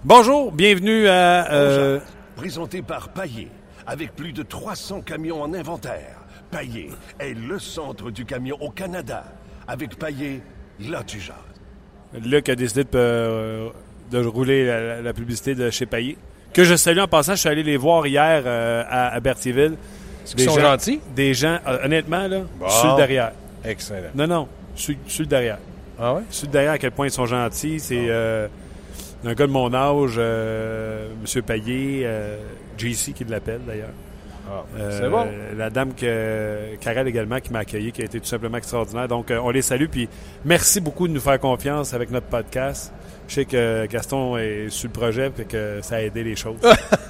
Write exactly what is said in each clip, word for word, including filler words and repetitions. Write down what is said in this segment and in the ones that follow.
Bonjour, bienvenue à... Euh... Présenté par Paillé, avec plus de trois cents camions en inventaire. Paillé est le centre du camion au Canada. Avec Paillé, là tu jases. Luc a décidé de, euh, de rouler la, la publicité de chez Paillé. Que je salue en passant, je suis allé les voir hier euh, à, à Berthierville. Ils sont gentils? Des gens, euh, honnêtement, là, bon. sur le derrière. Excellent. Non, non, sur, sur le derrière. Ah ouais? Sur le derrière, à quel point ils sont gentils. C'est euh, un gars de mon âge, euh, M. Paillé, euh, J C qui l'appelle d'ailleurs. Ah, euh, c'est bon. La dame que Karel également qui m'a accueilli, qui a été tout simplement extraordinaire. Donc, euh, on les salue. Puis, merci beaucoup de nous faire confiance avec notre podcast. Je sais que Gaston est sur le projet et que ça a aidé les choses.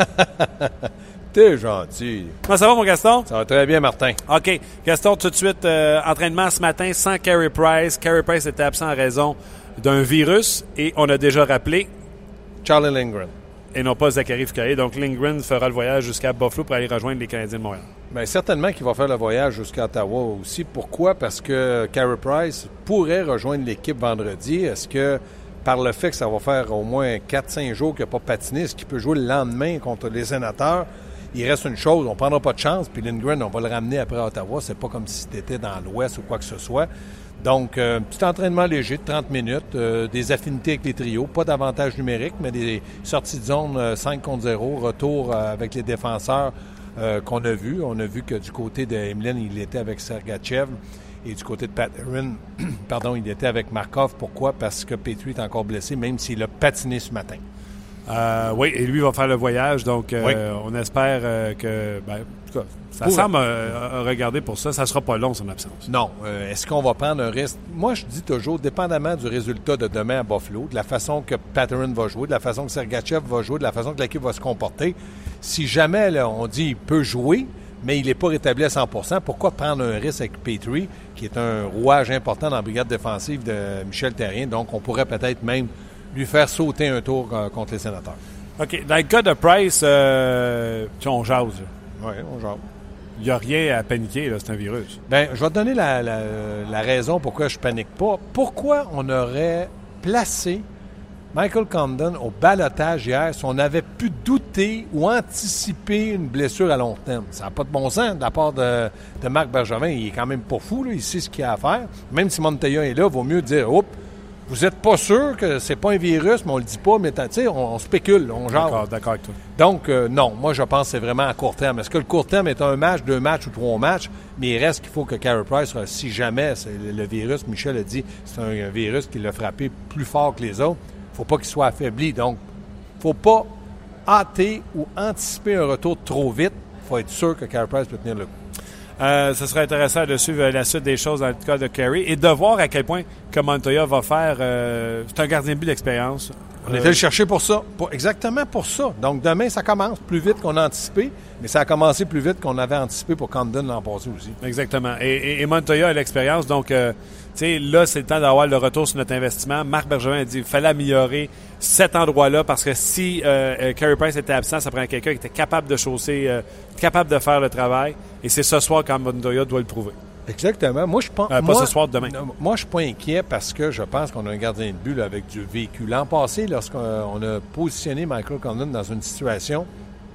T'es gentil. Comment ça va, mon Gaston? Ça va très bien, Martin. OK. Gaston, tout de suite, euh, entraînement ce matin sans Carey Price. Carey Price était absent en raison d'un virus et on a déjà rappelé... Charlie Lindgren. Et non pas Zachary Foucault. Donc, Lindgren fera le voyage jusqu'à Buffalo pour aller rejoindre les Canadiens de Montréal. Bien, certainement qu'il va faire le voyage jusqu'à Ottawa aussi. Pourquoi? Parce que Carey Price pourrait rejoindre l'équipe vendredi. Est-ce que, par le fait que ça va faire au moins quatre à cinq jours qu'il n'a pas patiné, est-ce qu'il peut jouer le lendemain contre les Sénateurs? Il reste une chose, on ne prendra pas de chance, puis Lindgren, on va le ramener après à Ottawa. C'est pas comme si c'était dans l'Ouest ou quoi que ce soit. Donc, euh, petit entraînement léger de trente minutes, euh, des affinités avec les trios, pas d'avantage numérique, mais des sorties de zone euh, cinq contre zéro, retour euh, avec les défenseurs euh, qu'on a vus. On a vu que du côté de Emelin, il était avec Sergachev et du côté de Panarin, pardon, il était avec Markov. Pourquoi? Parce que Petrie est encore blessé, même s'il a patiné ce matin. Euh, oui, et lui va faire le voyage, donc euh, oui. on espère euh, que, ben, en tout cas, ça pour semble euh, regarder pour ça. Ça sera pas long, son absence. Non. Euh, est-ce qu'on va prendre un risque? Moi, je dis toujours, dépendamment du résultat de demain à Buffalo, de la façon que Panarin va jouer, de la façon que Sergachev va jouer, de la façon que l'équipe va se comporter, si jamais là, on dit qu'il peut jouer, mais il n'est pas rétabli à cent pour cent, pourquoi prendre un risque avec Petrie, qui est un rouage important dans la brigade défensive de Michel Therrien? Donc, on pourrait peut-être même lui faire sauter un tour euh, contre les Sénateurs. OK. Dans le cas de Price, euh, tu sais, on jase. Oui, on jase. Il n'y a rien à paniquer, là, c'est un virus. Bien, je vais te donner la, la, la raison pourquoi je ne panique pas. Pourquoi on aurait placé Michael Condon au ballottage hier si on avait pu douter ou anticiper une blessure à long terme? Ça n'a pas de bon sens de la part de, de Marc Bergevin. Il est quand même pas fou, là. Il sait ce qu'il a à faire. Même si Montoya est là, il vaut mieux dire « Oups, vous n'êtes pas sûr que c'est pas un virus, mais on le dit pas, mais tu sais, on, on spécule, on jase. » D'accord, d'accord avec toi. Donc, euh, non, moi, je pense que c'est vraiment à court terme. Est-ce que le court terme est un match, deux matchs ou trois matchs? Mais il reste qu'il faut que Carey Price, si jamais c'est le, le virus, Michel a dit, c'est un, un virus qui l'a frappé plus fort que les autres, il ne faut pas qu'il soit affaibli. Donc, il ne faut pas hâter ou anticiper un retour trop vite. Il faut être sûr que Carey Price peut tenir le coup. Euh, ce serait intéressant de suivre la suite des choses dans le cas de Carey et de voir à quel point que Montoya va faire. Euh, c'est un gardien de but d'expérience. On était le chercher pour ça. Pour, exactement pour ça. Donc, demain, ça commence plus vite qu'on a anticipé, mais ça a commencé plus vite qu'on avait anticipé pour Condon l'an passé aussi. Exactement. Et, et, et Montoya a l'expérience. Donc, euh, tu sais, là, c'est le temps d'avoir le retour sur notre investissement. Marc Bergevin a dit qu'il fallait améliorer cet endroit-là parce que si euh, Carey Price était absent, ça prend quelqu'un qui était capable de chausser, euh, capable de faire le travail. Et c'est ce soir quand Montoya doit le prouver. Exactement. Moi, je pense. Euh, pas moi, ce soir, demain. Moi, je suis pas inquiet parce que je pense qu'on a un gardien de but là, avec du vécu. L'an passé, lorsqu'on a positionné Michael Condon dans une situation,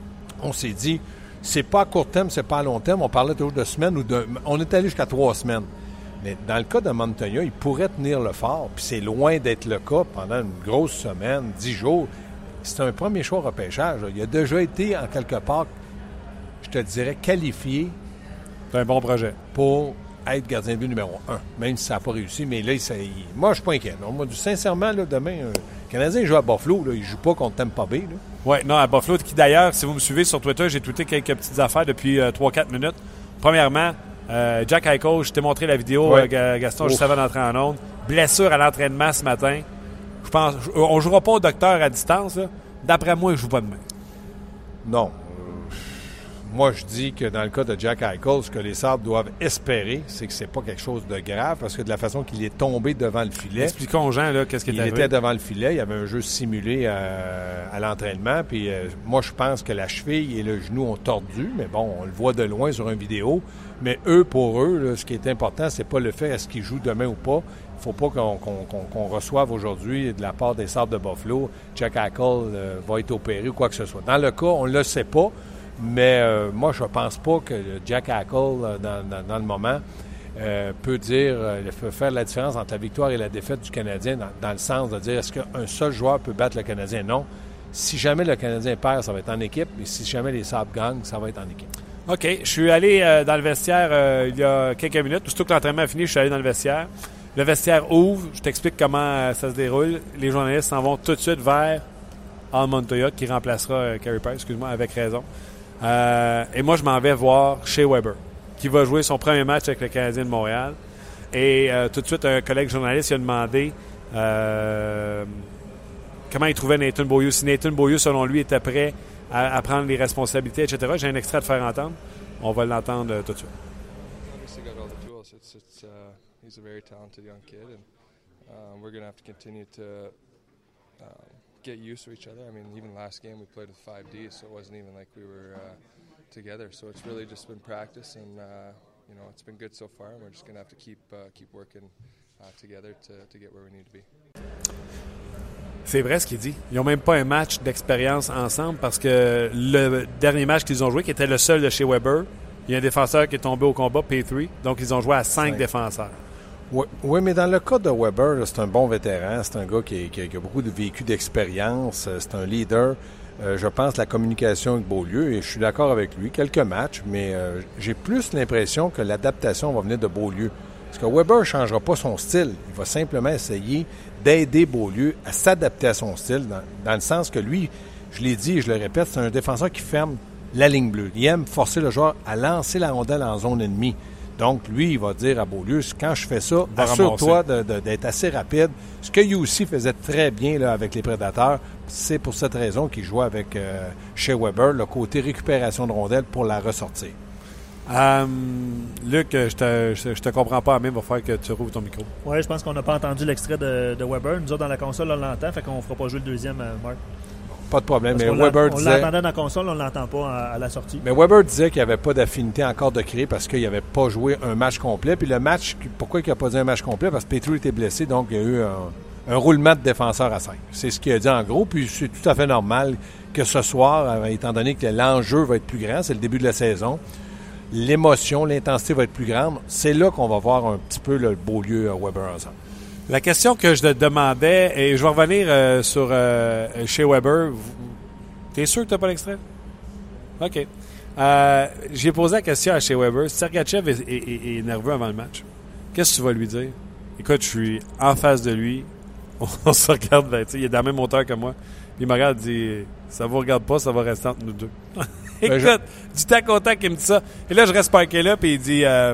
on s'est dit, c'est pas à court terme, c'est pas à long terme. On parlait toujours de semaines ou de. On est allé jusqu'à trois semaines. Mais dans le cas de Montoya, il pourrait tenir le fort, puis c'est loin d'être le cas pendant une grosse semaine, dix jours. C'est un premier choix au repêchage. Là. Il a déjà été, en quelque part, je te dirais, qualifié. C'est un bon projet. Pour être gardien de but numéro un, même si ça n'a pas réussi. Mais là, ça, il, moi, je ne suis pas inquiet. Non, moi, sincèrement, là, demain, un Canadien joue à Buffalo. Là, il ne joue pas contre Tampa Bay. Oui, non, à Buffalo, qui d'ailleurs, si vous me suivez sur Twitter, j'ai tweeté quelques petites affaires depuis euh, trois à quatre minutes. Premièrement, euh, Jack Eichel, je t'ai montré la vidéo, ouais. euh, Gaston, Ouf. Juste avant d'entrer en onde. Blessure à l'entraînement ce matin. Je pense, on ne jouera pas au docteur à distance. Là. D'après moi, il ne joue pas demain. Non. Moi, je dis que dans le cas de Jack Eichel, ce que les Sabres doivent espérer, c'est que c'est pas quelque chose de grave, parce que de la façon qu'il est tombé devant le filet... Expliquons aux gens là, qu'est-ce qui est il arrivé. Il était devant le filet, il y avait un jeu simulé à, à l'entraînement, puis euh, moi, je pense que la cheville et le genou ont tordu, mais bon, on le voit de loin sur une vidéo. Mais eux, pour eux, là, ce qui est important, c'est pas le fait est-ce qu'ils jouent demain ou pas. ne faut pas qu'on, qu'on, qu'on, qu'on reçoive aujourd'hui de la part des Sabres de Buffalo, Jack Eichel euh, va être opéré ou quoi que ce soit. Dans le cas, on ne le sait pas, mais euh, moi, je ne pense pas que Jack Eichel, euh, dans, dans, dans le moment, euh, peut dire, euh, peut faire la différence entre la victoire et la défaite du Canadien, dans, dans le sens de dire, est-ce qu'un seul joueur peut battre le Canadien? Non. Si jamais le Canadien perd, ça va être en équipe, et si jamais les Sabres gagnent, ça va être en équipe. OK. Je suis allé euh, dans le vestiaire euh, il y a quelques minutes. Surtout que l'entraînement a fini, je suis allé dans le vestiaire. Le vestiaire ouvre. Je t'explique comment euh, ça se déroule. Les journalistes s'en vont tout de suite vers Al Montoya, qui remplacera euh, Carey Price, excuse-moi, avec raison. Euh, et moi, je m'en vais voir Shea Weber, qui va jouer son premier match avec le Canadien de Montréal. Et euh, tout de suite, un collègue journaliste lui a demandé euh, comment il trouvait Nathan Beaulieu. Si Nathan Beaulieu, selon lui, était prêt À, à prendre les responsabilités, et cetera. J'ai un extrait à te faire entendre. On va l'entendre euh, tout de suite. Obviously got all the tools. It's, it's, uh, he's a very talented young kid, and um, we're going to have to continue to uh, get used to each other. I mean, even last game we played with five D, so it wasn't even like we were uh, together. So it's really just been practice, and uh, you know, it's been good so far, and we're just going to have to keep uh, keep working uh, together to, to get where we need to be. C'est vrai ce qu'il dit. Ils n'ont même pas un match d'expérience ensemble parce que le dernier match qu'ils ont joué, qui était le seul de chez Weber, il y a un défenseur qui est tombé au combat, P trois. Donc, ils ont joué à cinq défenseurs. Oui, oui, mais dans le cas de Weber, là, c'est un bon vétéran. C'est un gars qui, qui, qui a beaucoup de vécu d'expérience. C'est un leader. Euh, je pense la communication avec Beaulieu, et je suis d'accord avec lui. Quelques matchs, mais euh, j'ai plus l'impression que l'adaptation va venir de Beaulieu. Parce que Weber ne changera pas son style. Il va simplement essayer d'aider Beaulieu à s'adapter à son style, dans, dans le sens que lui, je l'ai dit et je le répète, c'est un défenseur qui ferme la ligne bleue. Il aime forcer le joueur à lancer la rondelle en zone ennemie. Donc, lui, il va dire à Beaulieu, quand je fais ça, assure-toi de, de, d'être assez rapide. Ce que U C faisait très bien là, avec les Prédateurs, c'est pour cette raison qu'il jouait avec euh, Shea Weber, le côté récupération de rondelle pour la ressortir. Euh, Luc, je te, je, je te comprends pas, mais il va falloir que tu rouvres ton micro. Oui, je pense qu'on n'a pas entendu l'extrait de, de Weber. Nous autres, dans la console, on l'entend, fait qu'on ne fera pas jouer le deuxième, Marc. Pas de problème, Parce mais Weber on disait... On l'entendait dans la console, on ne l'entend pas à, à la sortie. Mais Weber disait qu'il n'y avait pas d'affinité encore de créer parce qu'il n'avait pas joué un match complet. Puis le match, pourquoi il n'a pas dit un match complet? Parce que Petru était blessé, donc il y a eu un, un roulement de défenseur à cinq. C'est ce qu'il a dit en gros, puis c'est tout à fait normal que ce soir, étant donné que l'enjeu va être plus grand, c'est le début de la saison, l'émotion, l'intensité va être plus grande. C'est là qu'on va voir un petit peu le Beaulieu Weber ensemble. La question que je te demandais, et je vais revenir euh, sur euh, chez Weber. T'es sûr que t'as pas l'extrait? OK. Euh, j'ai posé la question à chez Weber. Sergachev est, est, est, est nerveux avant le match. Qu'est-ce que tu vas lui dire? Écoute, je suis en face de lui. On, on se regarde, ben, il est dans la même hauteur que moi. Puis il me regarde et dit, ça vous regarde pas, ça va rester entre nous deux. Écoute, ben je... du tac au tac, il me dit ça. Et là, je reste parqué là, puis il dit, euh,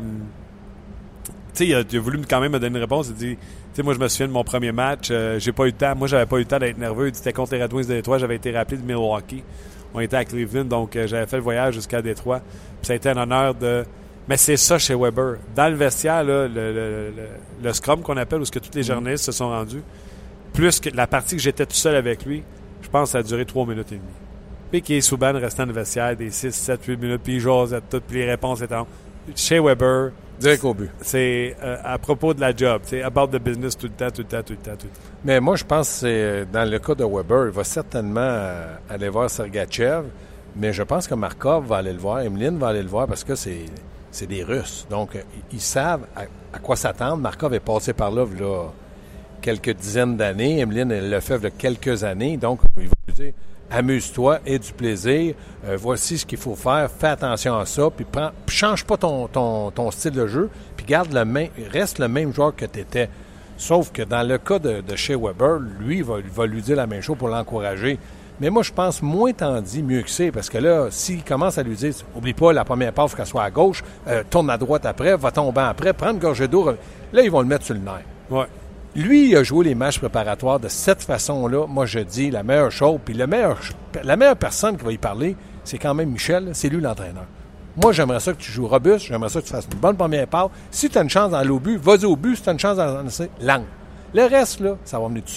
tu sais, il a, il a voulu quand même me donner une réponse. Il dit, tu sais, moi, je me souviens de mon premier match. Euh, j'ai pas eu le temps. Moi, j'avais pas eu le temps d'être nerveux. Il dit, c'était contre les Red Wings de Détroit. J'avais été rappelé de Milwaukee. On était à Cleveland, donc euh, j'avais fait le voyage jusqu'à Détroit. Puis ça a été un honneur de... Mais c'est ça chez Weber. Dans le vestiaire, là, le, le, le, le scrum qu'on appelle, où ce que tous les journalistes se sont rendus, plus que la partie que j'étais tout seul avec lui, je pense que ça a duré trois minutes et demie. Puis qui est Souban restant dans le vestiaire des six, sept, huit minutes, puis il jase à tout, puis les réponses étaient... Chez Weber... Direct au but. C'est euh, à propos de la job. C'est about the business tout le temps, tout le temps, tout le temps, tout le temps. Mais moi, je pense que c'est dans le cas de Weber, il va certainement euh, aller voir Sergachev, mais je pense que Markov va aller le voir, Emeline va aller le voir parce que c'est, c'est des Russes. Donc, euh, ils savent à, à quoi s'attendre. Markov est passé par là, là quelques dizaines d'années. Emeline, elle l'a fait il y a quelques années. Donc, il va lui dire... Amuse-toi, aie du plaisir, euh, voici ce qu'il faut faire, fais attention à ça, puis prends, change pas ton, ton, ton style de jeu, puis garde le même, reste le même joueur que tu étais. Sauf que dans le cas de, de Shea Weber, lui, il va, va lui dire la même chose pour l'encourager. Mais moi, je pense moins t'en dis, mieux que c'est, parce que là, s'il commence à lui dire, oublie pas, la première passe, qu'elle soit à gauche, euh, tourne à droite après, va tomber après, prends une gorgée d'eau, là, ils vont le mettre sur le nerf. Ouais. Lui, il a joué les matchs préparatoires de cette façon-là. Moi, je dis la meilleure chose, puis le meilleur, la meilleure personne qui va y parler, c'est quand même Michel, c'est lui l'entraîneur. Moi, j'aimerais ça que tu joues robuste, j'aimerais ça que tu fasses une bonne première passe. Si tu as une chance dans l'au but, vas-y au but. Si tu as une chance dans langue. Le reste, là, ça va venir tout seul.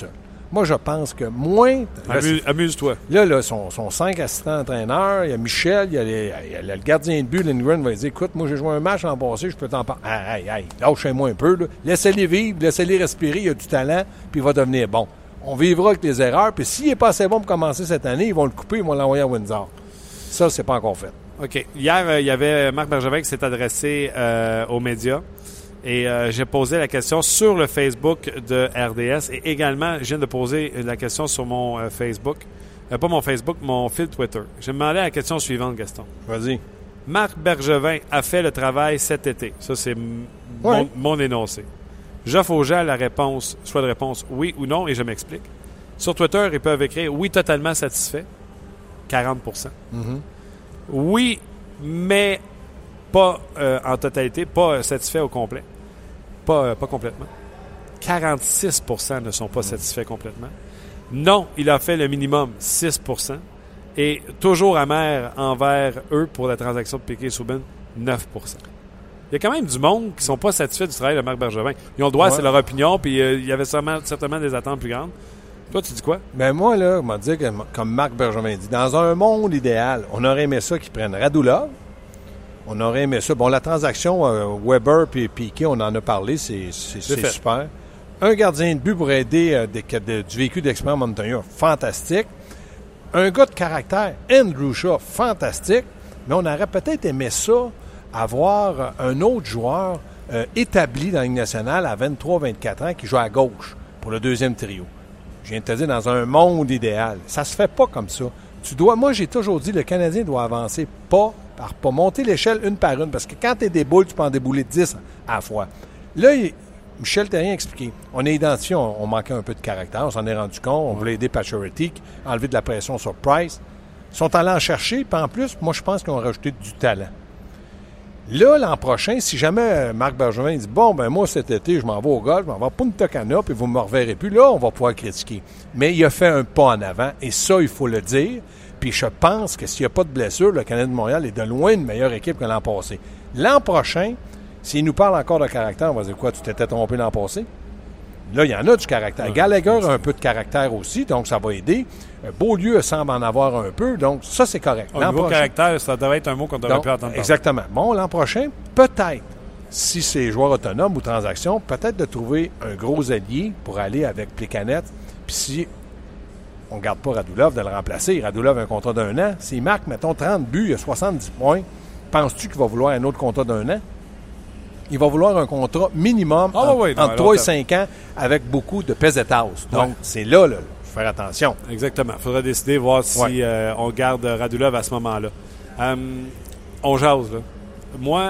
Moi, je pense que moins... Amuse, amuse-toi. Là, là, son, son cinq assistants entraîneurs, il y a Michel, il y a, les, il y a le gardien de but, Lindgren va lui dire, écoute, moi, j'ai joué un match l'an passé, je peux t'en parler. Hey, hey, hey, lâchez-moi un peu, là. Laissez-les vivre, laissez-les respirer, il a du talent, puis il va devenir bon. On vivra avec les erreurs, puis s'il n'est pas assez bon pour commencer cette année, ils vont le couper, ils vont l'envoyer à Windsor. Ça, c'est pas encore fait. OK. Hier, euh, il y avait Marc Bergevin qui s'est adressé euh, aux médias. Et euh, j'ai posé la question sur le Facebook de R D S. Et également, je viens de poser la question sur mon euh, Facebook. Euh, pas mon Facebook, mon fil Twitter. J'ai demandé la question suivante, Gaston. Vas-y. Marc Bergevin a fait le travail cet été. Ça, c'est m- Ouais. mon, mon énoncé. J'offre aux gens la réponse, soit de réponse oui ou non, et je m'explique. Sur Twitter, ils peuvent écrire oui, totalement satisfait, quarante pour cent. Mm-hmm. Oui, mais pas euh, en totalité, pas euh, satisfait au complet. Pas, euh, pas complètement. quarante-six pour cent ne sont pas satisfaits complètement. Non, il a fait le minimum, six pour cent. Et toujours amer envers eux pour la transaction de Piquet-Souban, neuf pour cent. Il y a quand même du monde qui ne sont pas satisfaits du travail de Marc Bergevin. Ils ont le droit, Ouais. c'est leur opinion, puis euh, il y avait sûrement, certainement des attentes plus grandes. Toi, tu dis quoi? Ben moi, là, je vais dire, que, comme Marc Bergevin dit, dans un monde idéal, on aurait aimé ça qu'ils prennent Radulov. On aurait aimé ça. Bon, la transaction euh, Weber puis Piquet, on en a parlé, c'est, c'est, C'est c'est fait. super. Un gardien de but pour aider euh, des, de, du véhicule d'expérience Montagnard, fantastique. Un gars de caractère, Andrew Shaw, fantastique. Mais on aurait peut-être aimé ça, avoir un autre joueur euh, établi dans la Ligue nationale à vingt-trois vingt-quatre ans qui joue à gauche pour le deuxième trio. Je viens de te dire, dans un monde idéal. Ça se fait pas comme ça. Tu dois, moi, j'ai toujours dit, le Canadien doit avancer pas par pas, monter l'échelle une par une, parce que quand tu es déboules, tu peux en débouler dix à la fois. Là, il, Michel Therrien a expliqué. On a identifié, on, on manquait un peu de caractère, on s'en est rendu compte, on voulait aider Pacioretty, enlever de la pression sur Price. Ils sont allés en chercher, puis en plus, moi, je pense qu'ils ont rajouté du talent. Là, l'an prochain, si jamais Marc Bergevin dit « Bon, ben moi, cet été, je m'en vais au golf, je m'en vais à Punta Cana, puis vous ne me reverrez plus », là, on va pouvoir critiquer. Mais il a fait un pas en avant, et ça, il faut le dire. Puis je pense que s'il n'y a pas de blessure, le Canadien de Montréal est de loin une meilleure équipe que l'an passé. L'an prochain, s'il nous parle encore de caractère, on va dire quoi, tu t'étais trompé l'an passé? Là, il y en a du caractère. Gallagher a un peu de caractère aussi, donc ça va aider. Beaulieu semble en avoir un peu, donc ça, c'est correct. Au L'an niveau prochain, caractère, ça devrait être un mot qu'on devrait donc, plus entendre parler. exactement. Bon, l'an prochain, peut-être, si c'est joueur autonome ou transaction, peut-être de trouver un gros allié pour aller avec Plekanec. Puis si on ne garde pas Radulov, de le remplacer. Radulov a un contrat d'un an. S'il marque, mettons, trente buts, il a soixante-dix points, penses-tu qu'il va vouloir un autre contrat d'un an? Il va vouloir un contrat minimum Ah, en- oui, non, entre à trois et long cinq ans avec beaucoup de pesetas. Donc, Ouais. c'est là, là, il faut faire attention. Exactement. Il faudra décider, voir si Ouais. euh, on garde Radulov à ce moment-là. Hum, on jase, là. Moi,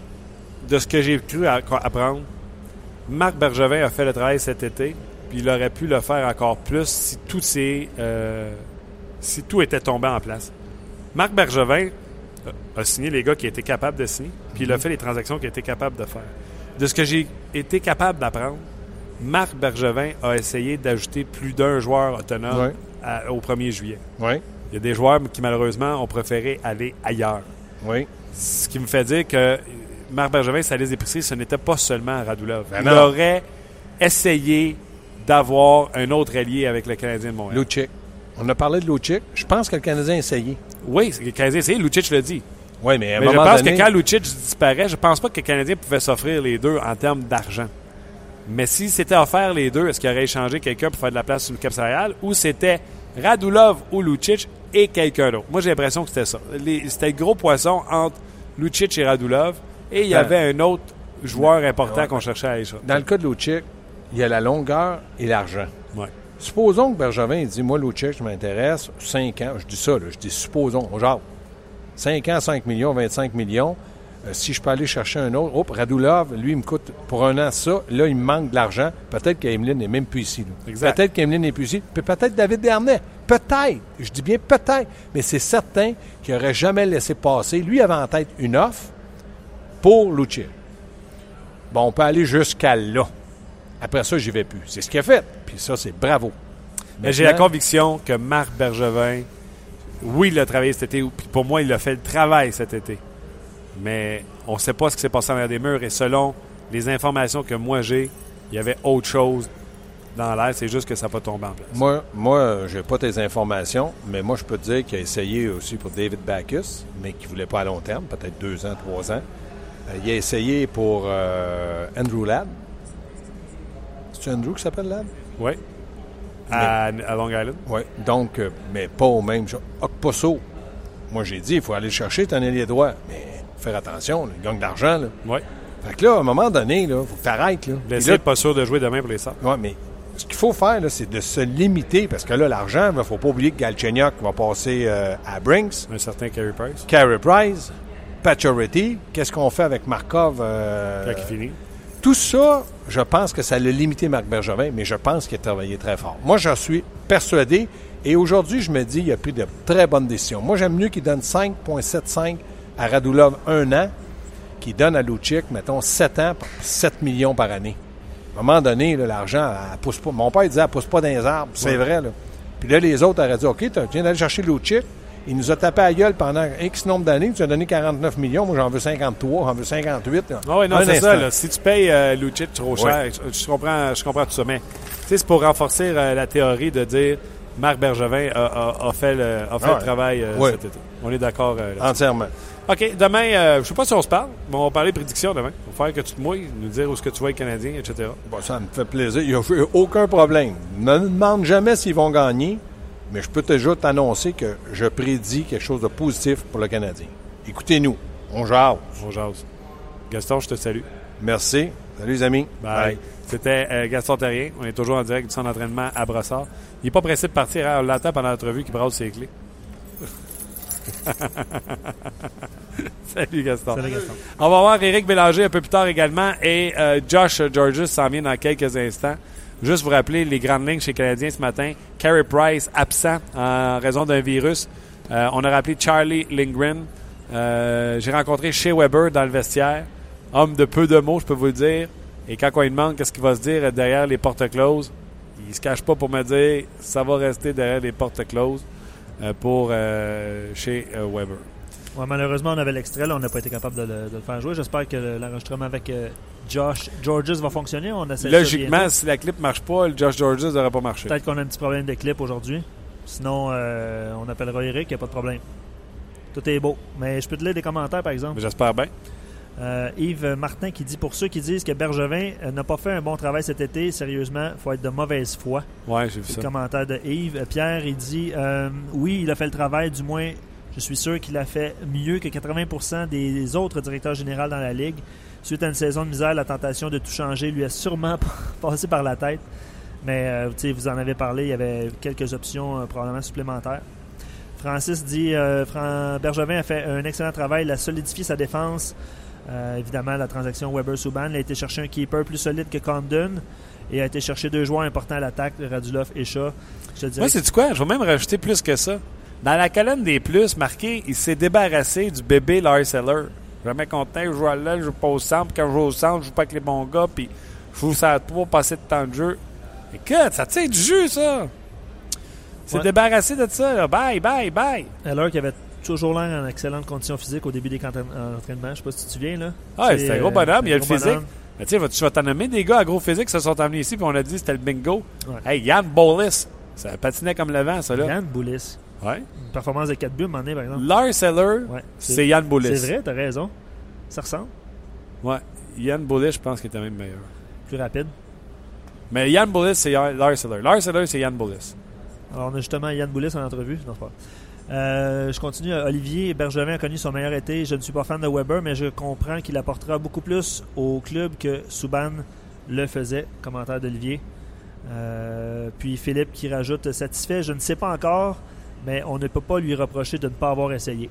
de ce que j'ai cru à- apprendre, Marc Bergevin a fait le travail cet été, puis il aurait pu le faire encore plus si tout, s'est, euh, si tout était tombé en place. Marc Bergevin a signé les gars qui étaient capables de signer, puis il a fait les transactions qu'il était capable de faire. De ce que j'ai été capable d'apprendre, Marc Bergevin a essayé d'ajouter plus d'un joueur autonome Ouais. à- au premier juillet. Oui, Il y a des joueurs qui, malheureusement, ont préféré aller ailleurs. oui. Ce qui me fait dire que Marc Bergevin, sa liste d'épicerie, ce n'était pas seulement Radulov. Ben il non. aurait essayé d'avoir un autre allié avec le Canadien de Montréal. Lucic. On a parlé de Lucic. Je pense que le Canadien a essayé. Oui, le Canadien, c'est Lucic le dit. Oui, mais à un Mais je moment pense donné... que quand Lucic disparaît, je pense pas que le Canadien pouvait s'offrir les deux en termes d'argent. Mais s'il s'était offert les deux, est-ce qu'il aurait échangé quelqu'un pour faire de la place sur le cap salarial ou c'était Radulov ou Lucic et quelqu'un d'autre? Moi, j'ai l'impression que c'était ça. Les- c'était le gros poisson entre Lucic et Radulov et il y Ben, avait un autre joueur important ouais. qu'on cherchait à aller chercher. Dans le cas de Lucic, il y a la longueur et l'argent. Ouais. Supposons que Bergevin dit « Moi, Lucic, je m'intéresse. cinq ans. » Je dis ça, là. Je dis « Supposons. » Genre, cinq ans, cinq millions, vingt-cinq millions. Euh, si je peux aller chercher un autre, hop, Radulov, lui, il me coûte pour un an ça. Là, il me manque de l'argent. Peut-être qu'Emeline n'est même plus ici. là. Exact. Peut-être qu'Emeline n'est plus ici. Puis peut-être David Dernay. Peut-être. Je dis bien peut-être. Mais c'est certain qu'il n'aurait jamais laissé passer. Lui avait en tête une offre pour Lucic. Bon, on peut aller jusqu'à là. Après ça, j'y vais plus. C'est ce qu'il a fait. Puis ça, c'est bravo. Mais j'ai la Maintenant, conviction que Marc Bergevin, oui, il a travaillé cet été, puis pour moi, il a fait le travail cet été. Mais on ne sait pas ce qui s'est passé en arrière des murs. Et selon les informations que moi j'ai, il y avait autre chose dans l'air. C'est juste que ça n'a pas tombé en place. Moi, moi je n'ai pas tes informations, mais moi, je peux te dire qu'il a essayé aussi pour David Backes, mais qu'il ne voulait pas à long terme, peut-être deux ans, trois ans. Euh, il a essayé pour euh, Andrew Ladd. C'est Andrew qui s'appelle Ladd? Oui. À, à Long Island. Oui. Donc, euh, mais pas au même genre. Okposo. Moi, j'ai dit, il faut aller le chercher, ton ailier droit. Mais faire attention, là, il gagne de l'argent. Oui. Fait que là, à un moment donné, il faut que tu arrêtes. Blessé, là, pas sûr de jouer demain pour les Sables. Oui, mais ce qu'il faut faire, là, c'est de se limiter, parce que là, l'argent, il ne faut pas oublier que Galchenyuk va passer euh, à Brinks. Un certain Carey Price. Carey Price. Pacioretty. Qu'est-ce qu'on fait avec Markov? Euh, Quand il finit. Tout ça, je pense que ça l'a limité Marc Bergevin, mais je pense qu'il a travaillé très fort. Moi, j'en suis persuadé. Et aujourd'hui, je me dis qu'il a pris de très bonnes décisions. Moi, j'aime mieux qu'il donne cinq virgule soixante-cinq à Radulov un an, qu'il donne à Lucic, mettons, sept ans, sept millions par année. À un moment donné, là, l'argent, elle pousse pas. Mon père disait, elle pousse pas dans les arbres. C'est ouais. vrai, là. Puis là, les autres auraient dit, OK, tu viens d'aller chercher Lucic. Il nous a tapé à la gueule pendant X nombre d'années. Tu as donné quarante-neuf millions. Moi, j'en veux cinquante-trois, j'en veux cinquante-huit. Ah oui, non, un c'est instant. Ça. Là. Si tu payes euh, Lucic trop cher, ouais. je, je, comprends, je comprends tout ça. Mais c'est pour renforcer euh, la théorie de dire Marc Bergevin a, a, a fait le, a fait ah ouais. le travail euh, ouais. cet été. On est d'accord euh, là-dessus. Entièrement. OK, demain, euh, je ne sais pas si on se parle, mais on va parler prédiction demain. On va faire que tu te mouilles, nous dire où est-ce que tu vois les Canadiens, et cetera. Bon, ça me fait plaisir. Il n'y a aucun problème. Ne me demande jamais s'ils vont gagner. Mais je peux déjà t'annoncer que je prédis quelque chose de positif pour le Canadien. Écoutez-nous. On jase. On jase. Gaston, je te salue. Merci. Salut les amis. Bye. Bye. C'était euh, Gaston Terrien. On est toujours en direct du centre d'entraînement à Brossard. Il n'est pas pressé de partir. Hein? On l'attend pendant l'entrevue qu'il brasse ses clés. Salut Gaston. Salut Gaston. On va voir Éric Bélanger un peu plus tard également. Et euh, Josh Georges s'en vient dans quelques instants. Juste vous rappeler les grandes lignes chez les Canadiens ce matin. Carey Price absent en raison d'un virus. Euh, on a rappelé Charlie Lindgren. Euh, j'ai rencontré Shea Weber dans le vestiaire. Homme de peu de mots, je peux vous le dire. Et quand on lui demande qu'est-ce qu'il va se dire derrière les portes closes, il se cache pas pour me dire ça va rester derrière les portes closes euh, pour euh, Shea euh, Weber. Ouais, malheureusement, on avait l'extrait. Là, on n'a pas été capable de le, de le faire jouer. J'espère que l'enregistrement avec euh, Josh Georges va fonctionner. On essaie Logiquement, si la clip ne marche pas, le Josh Georges n'aurait pas marché. Peut-être qu'on a un petit problème de clip aujourd'hui. Sinon, euh, on appellera Eric, il n'y a pas de problème. Tout est beau. Mais je peux te lire des commentaires, par exemple. J'espère bien. Euh, Yves Martin qui dit, pour ceux qui disent que Bergevin euh, n'a pas fait un bon travail cet été, sérieusement, il faut être de mauvaise foi. Ouais, j'ai vu ça. Le commentaire de Yves. Euh, Pierre, il dit, euh, oui, il a fait le travail, du moins... Je suis sûr qu'il a fait mieux que quatre-vingts pour cent des autres directeurs généraux dans la Ligue. Suite à une saison de misère, la tentation de tout changer lui a sûrement passé par la tête. Mais euh, vous en avez parlé, il y avait quelques options euh, probablement supplémentaires. Francis dit euh, Fran- Bergevin a fait un excellent travail, il a solidifié sa défense. Euh, évidemment, la transaction Weber-Subban, il a été chercher un keeper plus solide que Condon et a été chercher deux joueurs importants à l'attaque, Radulov et Shaw. Je te dirais Moi, c'est quoi? Je vais même rajouter plus que ça. Dans la colonne des plus, marqué, il s'est débarrassé du bébé Lars Eller. Jamais content, je joue à l'aile, je joue pas au centre. Quand je joue au centre, je joue pas avec les bons gars, puis je joue ça pour passer de temps de jeu. Écoute, ça tient du jus, ça! C'est ouais. débarrassé de ça, là. Bye, bye, bye! Eller qui avait toujours l'air en excellente condition physique au début des entraînements. Je sais pas si tu te souviens, là. Ah, c'est un gros bonhomme, euh, il y a le physique. Bonhomme. Mais tu sais, tu vas t'en nommer des gars à gros physique qui se sont emmenés ici, puis on a dit que c'était le bingo. Ouais. Hey, Yann Boulis, ça patinait comme le vent, ça, là. Yann Boulis. Ouais. Une performance de quatre buts, à un moment donné, par exemple. Lars Eller, ouais, c'est, c'est Yann Boulis. C'est vrai, t'as raison. Ça ressemble. Ouais. Yann Boulis, je pense qu'il était même meilleur. Plus rapide. Mais Yann Boulis, c'est Lars Eller. Lars Eller, c'est Yann Boulis. Alors, on a justement Yann Boulis en entrevue. Non, c'est pas. Euh, je continue. Olivier Bergevin a connu son meilleur été. Je ne suis pas fan de Weber, mais je comprends qu'il apportera beaucoup plus au club que Subban le faisait. Commentaire d'Olivier. Euh, puis Philippe qui rajoute satisfait. Je ne sais pas encore, mais on ne peut pas lui reprocher de ne pas avoir essayé.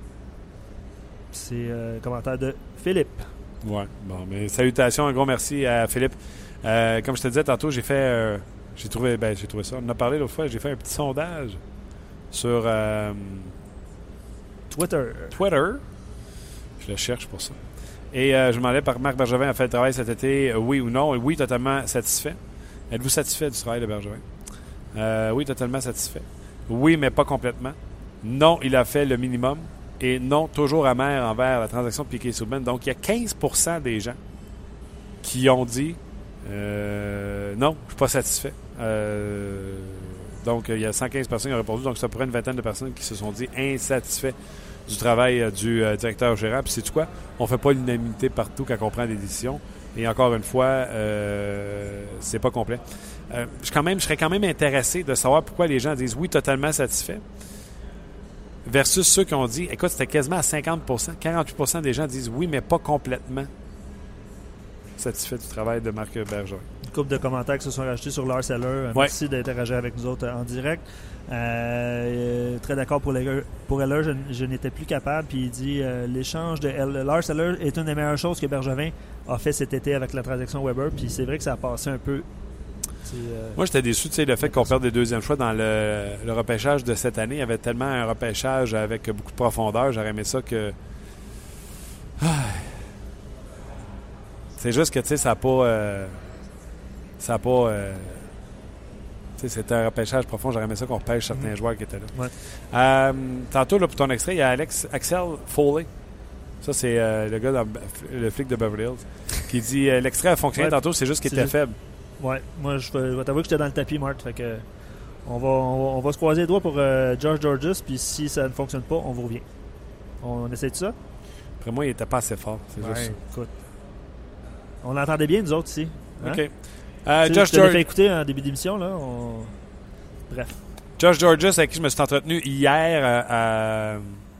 C'est euh, le commentaire de Philippe. Ouais, bon, mais salutations, un gros merci à Philippe. Euh, comme je te disais tantôt, j'ai fait, euh, j'ai trouvé, ben, j'ai trouvé ça. On en a parlé l'autre fois. J'ai fait un petit sondage sur euh, Twitter. Twitter. Je le cherche pour ça. Et euh, je me demandais par Marc Bergevin a fait le travail cet été, euh, oui ou non. Et oui, totalement satisfait. Êtes-vous satisfait du travail de Bergevin? Euh, oui, totalement satisfait. Oui, mais pas complètement. Non, il a fait le minimum. Et non, toujours amer envers la transaction de Piquet-Subban. Donc, il y a quinze pour cent des gens qui ont dit Euh, non, je ne suis pas satisfait. Euh, donc, il y a cent quinze personnes qui ont répondu. Donc, ça pourrait une vingtaine de personnes qui se sont dit insatisfaits du travail euh, du euh, directeur gérant. Puis, sais-tu quoi? On ne fait pas l'unanimité partout quand on prend des décisions. Et encore une fois, euh, c'est pas complet. Euh, je, quand même, je serais quand même intéressé de savoir pourquoi les gens disent oui, totalement satisfait, versus ceux qui ont dit, écoute, c'était quasiment à cinquante pour cent. quarante-huit pour cent des gens disent oui, mais pas complètement satisfait du travail de Marc Bergevin. Une couple de commentaires qui se sont rajoutés sur Lars Eller. Ouais. Merci d'interagir avec nous autres en direct. Euh, très d'accord pour, les, pour Eller, je, je n'étais plus capable. Puis il dit euh, l'échange de L, Lars Eller est une des meilleures choses que Bergevin a fait cet été avec la transaction Weber. Puis c'est vrai que ça a passé un peu. Euh... Moi, j'étais déçu, tu sais, le fait qu'on perde des deuxièmes choix dans le, le repêchage de cette année. Il y avait tellement un repêchage avec beaucoup de profondeur. J'aurais aimé ça que. Ah. C'est juste que, tu sais, ça n'a pas. Euh... Ça n'a pas. Euh... Tu sais, c'était un repêchage profond. J'aurais aimé ça qu'on repêche certains mmh. joueurs qui étaient là. Ouais. Euh, tantôt, là, pour ton extrait, il y a Alex, Axel Foley. Ça, c'est euh, le gars, dans, le flic de Beverly Hills, qui dit euh, l'extrait a fonctionné ouais, tantôt, c'est juste qu'il était juste... faible. Ouais, moi, je, je vais t'avouer que j'étais dans le tapis, Marc. Fait que on va, on va, on va se croiser les doigts pour euh, Josh Georges, puis si ça ne fonctionne pas, on vous revient. On, on essaie de ça? Après moi, il n'était pas assez fort. C'est ouais, juste écoute. On l'entendait bien, nous autres, ici. Hein? OK. Euh, tu sais, Josh je te l'ai fait écouter en début d'émission, là. On... Bref. Josh Georges, avec qui je me suis entretenu hier à... à...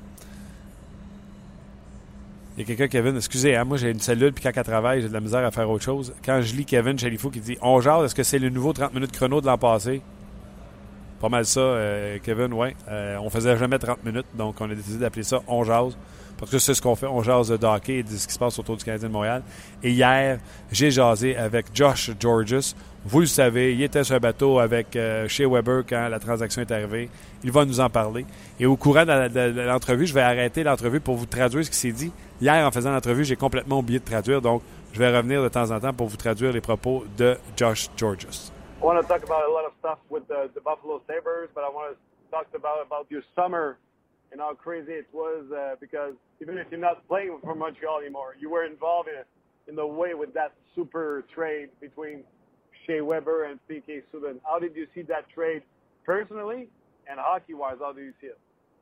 Il y a quelqu'un, Kevin, excusez, hein, moi j'ai une cellule, puis quand elle travaille, j'ai de la misère à faire autre chose. Quand je lis Kevin Chalifou qui dit « On jase, est-ce que c'est le nouveau trente minutes chrono de l'an passé? » Pas mal ça, euh, Kevin, ouais. Euh, on faisait jamais trente minutes, donc on a décidé d'appeler ça « On jase ». Parce que c'est ce qu'on fait, on jase de hockey et de ce qui se passe autour du Canadien de Montréal. Et hier, j'ai jasé avec Josh Georges. Vous le savez, il était sur un bateau avec euh, Shea Weber quand la transaction est arrivée. Il va nous en parler. Et au courant de, la, de, de l'entrevue, je vais arrêter l'entrevue pour vous traduire ce qui s'est dit. Hier, en faisant l'entrevue, j'ai complètement oublié de traduire. Donc, je vais revenir de temps en temps pour vous traduire les propos de Josh Georges. I want to talk about a lot of stuff with the, the Buffalo Sabres, but I want to talk about, about your summer and how crazy it was uh, because even if you're not playing for Montreal anymore, you were involved in, in the way with that super trade between Shea Weber and P K Subban. How did you see that trade personally and hockey-wise? How do you see it?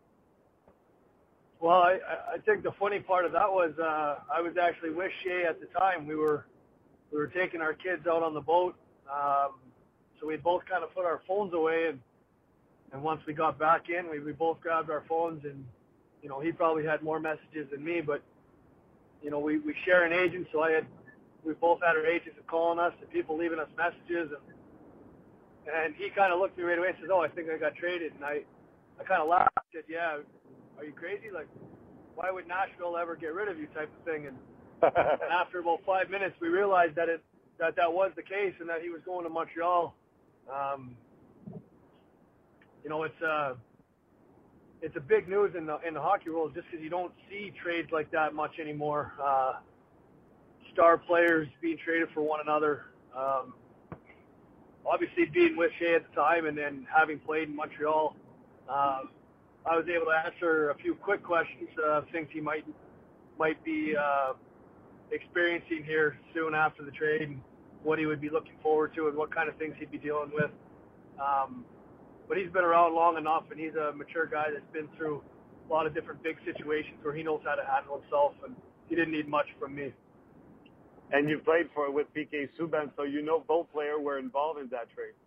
Well, I, I think the funny part of that was uh, I was actually with Shea at the time. We were we were taking our kids out on the boat, um, so we both kind of put our phones away, and and once we got back in, we, we both grabbed our phones, and you know he probably had more messages than me, but you know we, we share an agent, so I had we both had our agents calling us and people leaving us messages, and and he kind of looked at me right away and says, "Oh, I think I got traded," and I I kind of laughed. I said, "Yeah. Are you crazy? Like, why would Nashville ever get rid of you?" type of thing. And, and after about five minutes, we realized that it that that was the case and that he was going to Montreal. Um, you know, it's uh, it's a big news in the in the hockey world just because you don't see trades like that much anymore. Uh, star players being traded for one another. Um, obviously, being with Shea at the time and then having played in Montreal. Um, I was able to answer a few quick questions, uh, things he might might be uh, experiencing here soon after the trade, and what he would be looking forward to, and what kind of things he'd be dealing with. Um, but he's been around long enough, and he's a mature guy that's been through a lot of different big situations where he knows how to handle himself, and he didn't need much from me. And you played for with P K Subban, so you know both players were involved in that trade.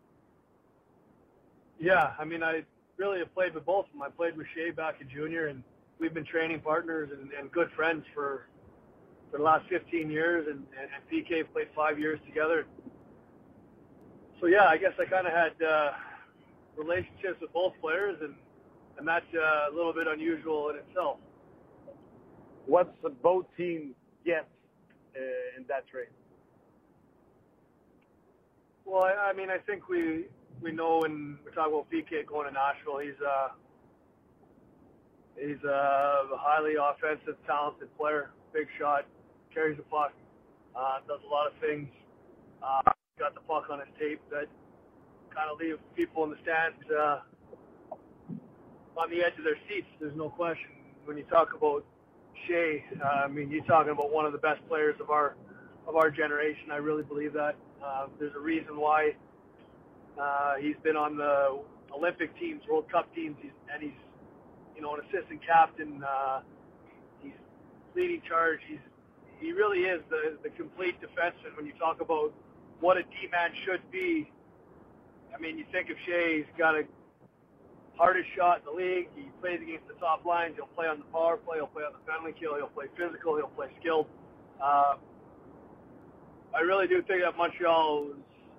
Yeah, I mean, I. really have played with both of them. I played with Shea back in junior, and we've been training partners and, and good friends for for the last fifteen years, and, and, and P K played five years together. So, yeah, I guess I kind of had uh, relationships with both players, and, and that's uh, a little bit unusual in itself. What's the both teams get uh, in that trade? Well, I, I mean, I think we we know when we're talking about P K going to Nashville, he's uh, he's a highly offensive, talented player, big shot, carries the puck, uh, does a lot of things. Uh, got the puck on his tape that kind of leave people in the stands uh, on the edge of their seats. There's no question. When you talk about Shea, uh, I mean, you're talking about one of the best players of our of our generation. I really believe that. Uh, there's a reason why uh, he's been on the Olympic teams, World Cup teams, he's, and he's, you know, an assistant captain. Uh, he's leading charge. He's he really is the the complete defenseman. When you talk about what a D-man should be, I mean, you think of Shea, he's got a hardest shot in the league. He plays against the top lines. He'll play on the power play. He'll play on the penalty kill. He'll play physical. He'll play skilled. Uh, I really do think that Montreal's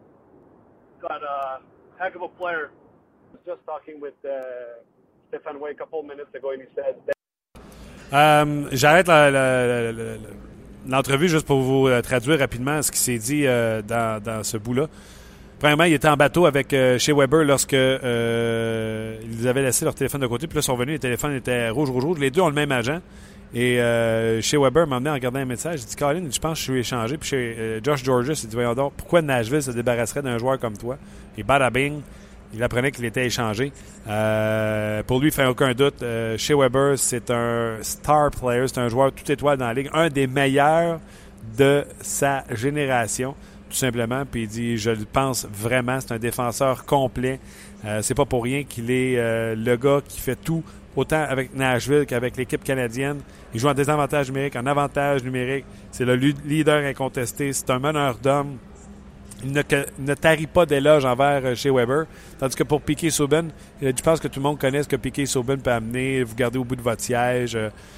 got a heck of a player. I was just talking with uh, Stéphane Way a couple minutes ago, and he said that Euh, J'arrête la, la, la, la, l'entrevue juste pour vous euh, traduire rapidement ce qui s'est dit euh, dans, dans ce bout-là. Premièrement, il était en bateau avec euh, Shea Weber lorsque euh, ils avaient laissé leur téléphone de côté. Puis là, ils sont venus, les téléphones étaient rouge, rouge, rouge. Les deux ont le même agent. Et euh, Shea Weber m'a emmené en regardant un message. Il dit, Colin, je pense que je suis échangé. Puis chez euh, Josh Georges, il dit, voyons donc, pourquoi Nashville se débarrasserait d'un joueur comme toi? Et bada bing, il apprenait qu'il était échangé. Euh, pour lui, il ne fait aucun doute. Euh, Shea Weber, c'est un star player. C'est un joueur tout étoile dans la ligue. Un des meilleurs de sa génération, tout simplement. Puis il dit, je le pense vraiment. C'est un défenseur complet. Euh, c'est pas pour rien qu'il est euh, le gars qui fait tout, autant avec Nashville qu'avec l'équipe canadienne. Il joue en désavantage numérique, en avantage numérique. C'est le leader incontesté. C'est un meneur d'hommes. Il ne, ne tarit pas d'éloges envers Shea Weber. Tandis que pour Piquet Souben, je pense que tout le monde connaît ce que Piquet Souben peut amener, vous garder au bout de votre siège,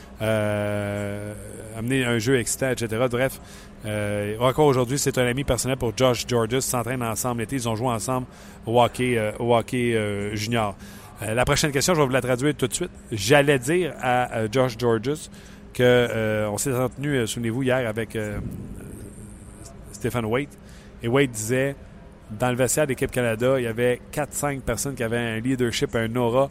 euh, amener un jeu excitant, et cetera. Bref, euh, encore aujourd'hui, c'est un ami personnel pour Josh Georges. Ils s'entraînent ensemble l'été. Ils ont joué ensemble au hockey, euh, au hockey euh, junior. Euh, la prochaine question, je vais vous la traduire tout de suite. J'allais dire à, à Josh Georges que euh, on s'est entretenu, euh, souvenez-vous, hier avec euh, Stéphane Waite. Et Wade disait, dans le vestiaire d'équipe Canada, il y avait quatre cinq personnes qui avaient un leadership, un aura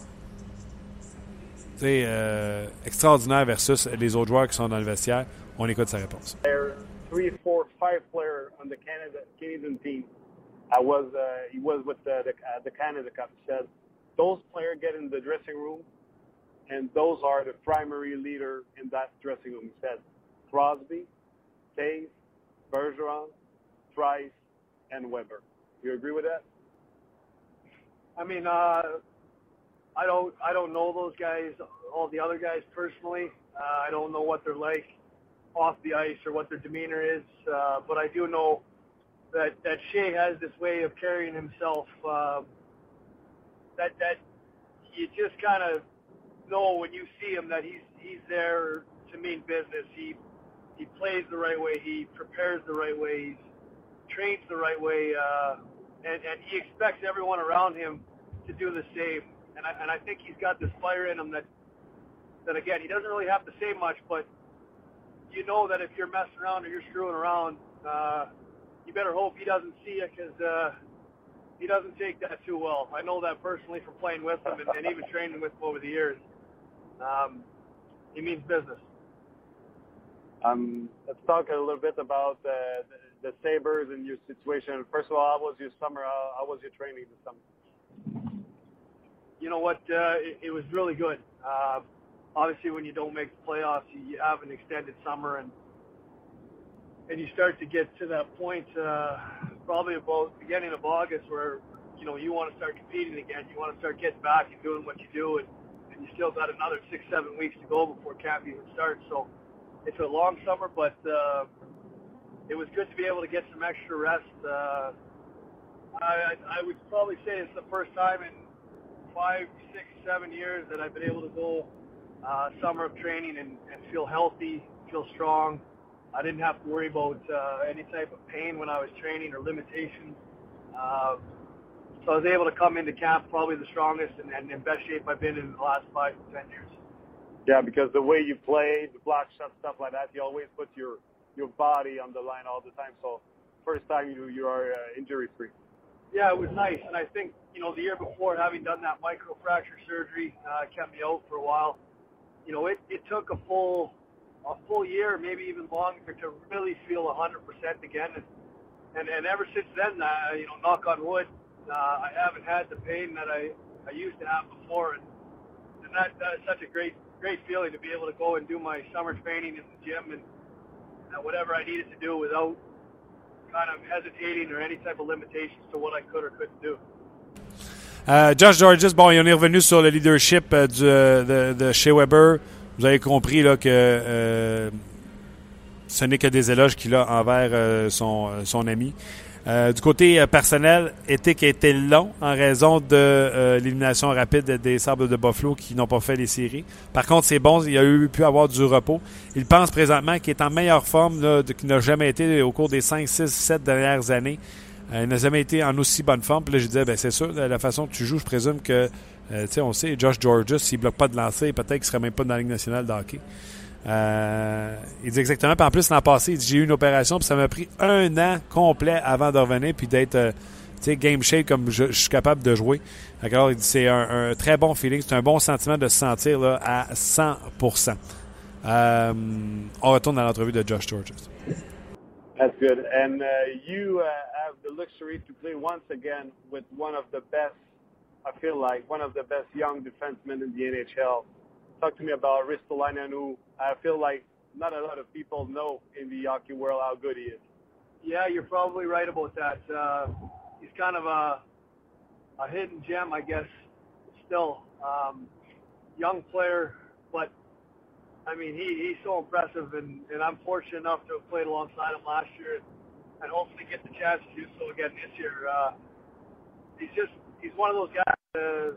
euh, extraordinaire versus les autres joueurs qui sont dans le vestiaire. On écoute sa réponse. three, four, five player on the Canada Canadian team. I was uh, he was with the the, uh, the Canada Cup. He said those players get in the dressing room, and those are the primary leader in that dressing room. He said Crosby, Taves, Bergeron, Price, and Weber. You agree with that? I mean, uh, I don't, I don't know those guys, all the other guys personally. Uh, I don't know what they're like off the ice or what their demeanor is, uh, but I do know that that Shea has this way of carrying himself uh, that that you just kind of know when you see him that he's he's there to mean business. He he plays the right way. He prepares the right way. He's trains the right way, uh, and, and he expects everyone around him to do the same. And I, and I think he's got this fire in him that, that again, he doesn't really have to say much, but you know that if you're messing around or you're screwing around, uh, you better hope he doesn't see it because uh, he doesn't take that too well. I know that personally from playing with him and, and even training with him over the years. Um, he means business. Um, let's talk a little bit about uh, the, the Sabres and your situation. First of all, how was your summer? How, how was your training this summer? You know what? Uh, it, it was really good. Uh, obviously, when you don't make the playoffs, you, you have an extended summer, and and you start to get to that point, uh, probably about beginning of August, where you know you want to start competing again. You want to start getting back and doing what you do, and, and you still got another six, seven weeks to go before camp even starts. So it's a long summer, but uh, it was good to be able to get some extra rest. Uh, I, I would probably say it's the first time in five, six, seven years that I've been able to go uh, summer of training and, and feel healthy, feel strong. I didn't have to worry about uh, any type of pain when I was training or limitations. Uh, so I was able to come into camp probably the strongest and, and in best shape I've been in the last five to ten years. Yeah, because the way you play, the block shot, stuff like that, you always put your, your body on the line all the time. So first time you you are uh, injury-free. Yeah, it was nice. And I think, you know, the year before, having done that microfracture surgery, uh, kept me out for a while. You know, it, it took a full a full year, maybe even longer, to really feel one hundred percent again. And, and, and ever since then, uh, you know, knock on wood, uh, I haven't had the pain that I, I used to have before. And, and that, that is such a great, great feeling to be able to go and do my summer training in the gym and uh, whatever I needed to do without kind of hesitating or any type of limitations to what I could or couldn't do. Euh, Josh Georges, bon, on est revenu sur le leadership euh, du, euh, de, de Shea Weber. Vous avez compris là, que euh, ce n'est que des éloges qu'il a envers euh, son, son ami. Euh, du côté euh, personnel, été qui a été long en raison de euh, l'élimination rapide des Sabres de Buffalo qui n'ont pas fait les séries. Par contre, c'est bon, il a eu pu avoir du repos. Il pense présentement qu'il est en meilleure forme là, de, qu'il n'a jamais été au cours des cinq, six, sept dernières années. Euh, il n'a jamais été en aussi bonne forme. Puis là, je disais, ben, c'est sûr, de la façon que tu joues, je présume que, euh, tu sais, on sait, Josh Georges, s'il ne bloque pas de lancer, peut-être qu'il ne serait même pas dans la Ligue nationale de hockey. Euh, il dit exactement. Puis en plus, l'an passé, il dit, j'ai eu une opération, puis ça m'a pris un an complet avant de revenir, puis d'être, euh, tu sais, game shape comme je, je suis capable de jouer. Alors, il dit, c'est un, un très bon feeling, c'est un bon sentiment de se sentir là, à cent pour cent. Euh, on retourne dans l'entrevue de Josh Georges. That's good. And uh, you uh, have the luxury to play once again with one of the best, I feel like, one of the best young defensemen in the N H L. Talk to me about Ristolainen, who I feel like not a lot of people know in the hockey world how good he is. Yeah, you're probably right about that. Uh, he's kind of a, a hidden gem, I guess, still. Um, young player, but I mean, he, he's so impressive, and, and I'm fortunate enough to have played alongside him last year and, and hopefully get the chance to do so again this year. Uh, he's just, he's one of those guys uh,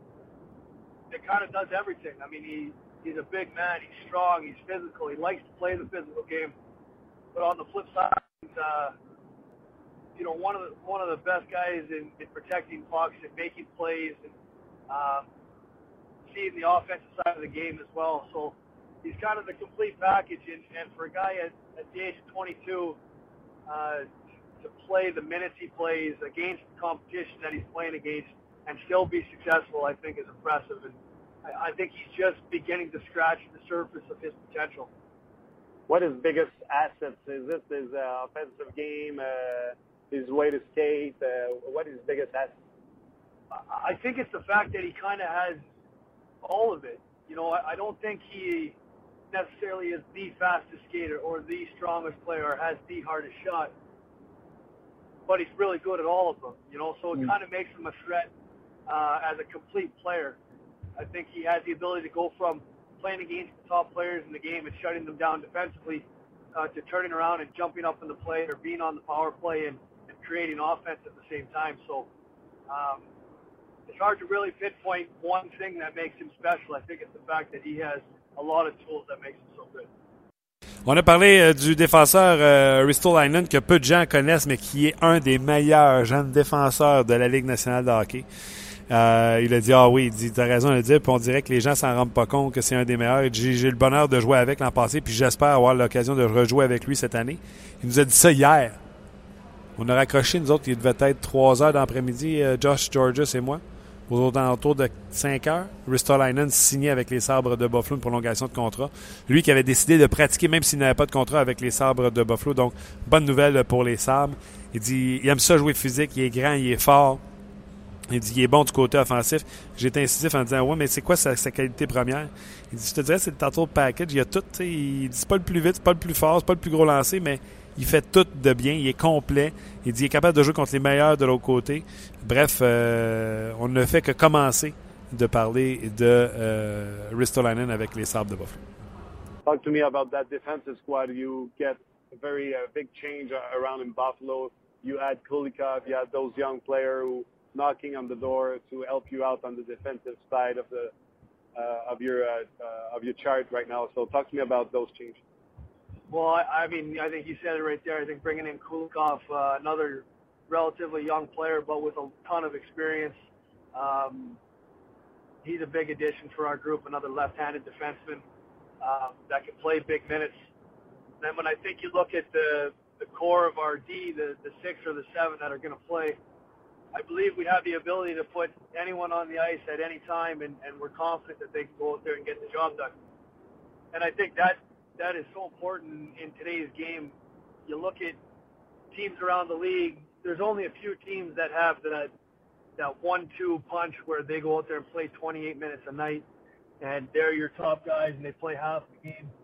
that kind of does everything. I mean, he, he's a big man, he's strong, he's physical, he likes to play the physical game. But on the flip side, he's, uh, you know, one of the, one of the best guys in, in protecting pucks and making plays and um, seeing the offensive side of the game as well. So, he's kind of the complete package, and, and for a guy at, at the age of twenty-two uh, to play the minutes he plays against the competition that he's playing against and still be successful, I think is impressive. And I, I think he's just beginning to scratch the surface of his potential. What is biggest assets? Is it his uh, offensive game, uh, his way to skate? Uh, what is his biggest asset? I think it's the fact that he kind of has all of it. You know, I, I don't think he necessarily is the fastest skater or the strongest player or has the hardest shot, but he's really good at all of them, you know, so it mm. kind of makes him a threat uh, as a complete player. I think he has the ability to go from playing against the top players in the game and shutting them down defensively uh, to turning around and jumping up in the play or being on the power play and, and creating offense at the same time. So um, it's hard to really pinpoint one thing that makes him special. I think it's the fact that he has a lot of tools that makes him so good. On a parlé euh, du défenseur euh, Ristolainen que peu de gens connaissent, mais qui est un des meilleurs jeunes défenseurs de la Ligue nationale de hockey. Euh, il a dit, ah oui, il dit, t'as raison de le dire, puis on dirait que les gens s'en rendent pas compte que c'est un des meilleurs. Il dit, j'ai, j'ai le bonheur de jouer avec l'an passé, puis j'espère avoir l'occasion de rejouer avec lui cette année. Il nous a dit ça hier. On a raccroché, nous autres, il devait être trois heures d'après-midi, euh, Josh Georges et moi. Aux alentours de cinq heures, Ristolainen signé avec les Sabres de Buffalo une prolongation de contrat. Lui qui avait décidé de pratiquer même s'il n'avait pas de contrat avec les Sabres de Buffalo. Donc, bonne nouvelle pour les Sabres. Il dit, il aime ça jouer physique, il est grand, il est fort. Il dit, il est bon du côté offensif. J'étais incisif en disant, ouais, mais c'est quoi sa, sa qualité première? Il dit, je te dirais, c'est le total package. Il y a tout, tu sais. Il dit, c'est pas le plus vite, c'est pas le plus fort, c'est pas le plus gros lancé, mais il fait tout de bien, il est complet. Il dit qu'il est capable de jouer contre les meilleurs de l'autre côté. Bref, euh, on ne fait que commencer de parler de euh, Ristolainen avec les Sabres de Buffalo. Talk to me about that defensive squad. You get a very uh, big change around in Buffalo. You had Kulikov, you had those young players who knocking on the door to help you out on the defensive side of the uh, of your uh, uh, of your chart right now. So talk to me about those changes. Well, I, I mean, I think you said it right there. I think bringing in Kulikov, uh, another relatively young player, but with a ton of experience. Um, he's a big addition for our group, another left-handed defenseman uh, that can play big minutes. Then when I think you look at the, the core of our D, the, the six or the seven that are going to play, I believe we have the ability to put anyone on the ice at any time, and, and we're confident that they can go out there and get the job done. And I think that that is so important in today's game. You look at teams around the league, there's only a few teams that have that that one two punch where they go out there and play twenty-eight minutes a night, and they're your top guys, and they play half the game.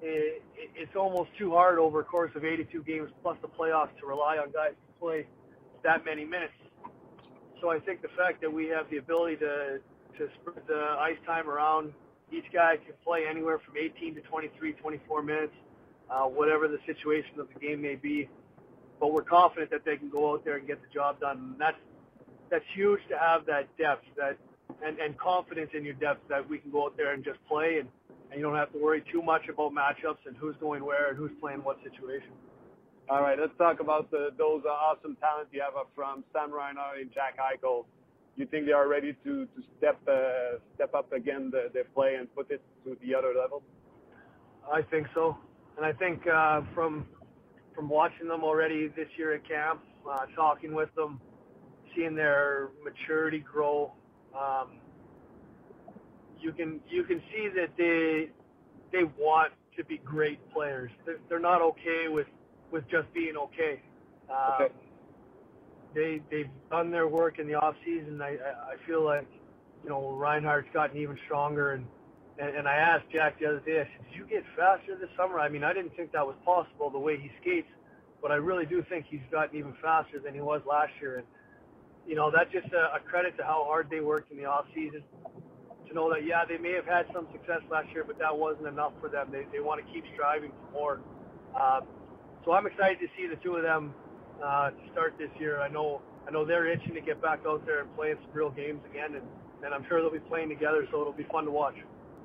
it, it's almost too hard over a course of eighty-two games plus the playoffs to rely on guys to play that many minutes. So I think the fact that we have the ability to, to spread the ice time around, each guy can play anywhere from eighteen to twenty-three, twenty-four minutes, uh, whatever the situation of the game may be. But we're confident that they can go out there and get the job done. And that's that's huge to have that depth, that and, and confidence in your depth that we can go out there and just play, and, and you don't have to worry too much about matchups and who's going where and who's playing what situation. All right, let's talk about the, those uh, awesome talents you have up from Sam Reinhart and Jack Eichel. Do you think they are ready to, to step uh, step up again the, their play and put it to the other level? I think so. And I think uh, from from watching them already this year at camp, uh, talking with them, seeing their maturity grow, um, you can you can see that they they want to be great players. They're, they're not okay with, with just being okay. Um, okay. They they've done their work in the off season. I I feel like, you know, Reinhardt's gotten even stronger, and, and and I asked Jack the other day, I said, did you get faster this summer? I mean, I didn't think that was possible the way he skates, but I really do think he's gotten even faster than he was last year. And you know, that's just a, a credit to how hard they worked in the off season. To know that, yeah, they may have had some success last year, but that wasn't enough for them. They they want to keep striving for more. Uh, so I'm excited to see the two of them uh, to start this year. I know I know they're itching to get back out there and playing some real games again, and, and I'm sure they'll be playing together, so it'll be fun to watch.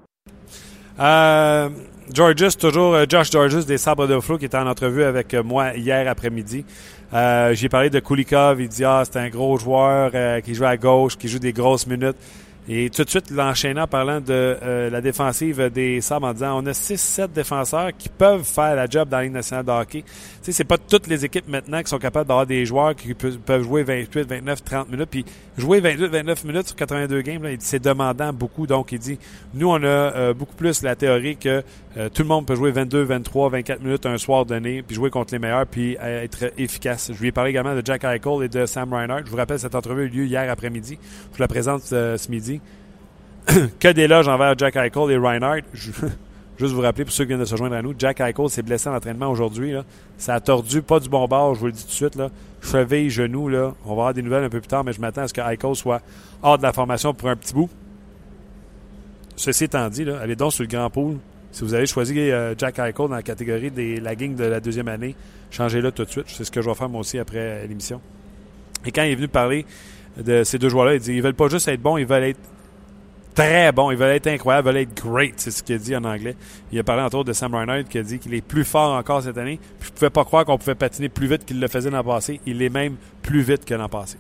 Euh, Georges, toujours euh, Josh Georges des Sabres de Buffalo qui était en entrevue avec euh, moi hier après-midi. Euh, j'ai parlé de Kulikov, il dit ah c'est un gros joueur euh, qui joue à gauche, qui joue des grosses minutes. Et tout de suite, l'enchaînant parlant de euh, la défensive des Sabres en disant on a six sept défenseurs qui peuvent faire la job dans la Ligue nationale de hockey. Tu sais, c'est pas toutes les équipes maintenant qui sont capables d'avoir des joueurs qui peuvent jouer vingt-huit, vingt-neuf, trente minutes. Puis jouer vingt-huit, vingt-neuf minutes sur quatre-vingt-deux games, là, c'est demandant beaucoup. Donc, il dit, nous, on a euh, beaucoup plus la théorie que euh, tout le monde peut jouer vingt-deux, vingt-trois, vingt-quatre minutes un soir donné, puis jouer contre les meilleurs, puis euh, être efficace. Je lui ai parlé également de Jack Eichel et de Sam Reinhart. Je vous rappelle, cette entrevue a eu lieu hier après-midi. Je vous la présente euh, ce midi. Que d'éloges envers Jack Eichel et Reinhart. Je, juste vous rappeler, pour ceux qui viennent de se joindre à nous, Jack Eichel s'est blessé en entraînement aujourd'hui. Là. Ça a tordu, pas du bon bord, je vous le dis tout de suite. Là. Cheville, genou, là. On va avoir des nouvelles un peu plus tard, mais je m'attends à ce que Eichel soit hors de la formation pour un petit bout. Ceci étant dit, là, allez donc sur le grand pool. Si vous avez choisi euh, Jack Eichel dans la catégorie de la gang de la deuxième année, changez-le tout de suite. C'est ce que je vais faire moi aussi après l'émission. Et quand il est venu parler de ces deux joueurs-là, il dit ils veulent pas juste être bons, ils veulent être très bons, ils veulent être incroyables, ils veulent être great, c'est ce qu'il a dit en anglais. Il a parlé entre autres de Sam Reinhart qui a dit qu'il est plus fort encore cette année. Puis je ne pouvais pas croire qu'on pouvait patiner plus vite qu'il le faisait l'an passé. Il est même plus vite que l'an passé.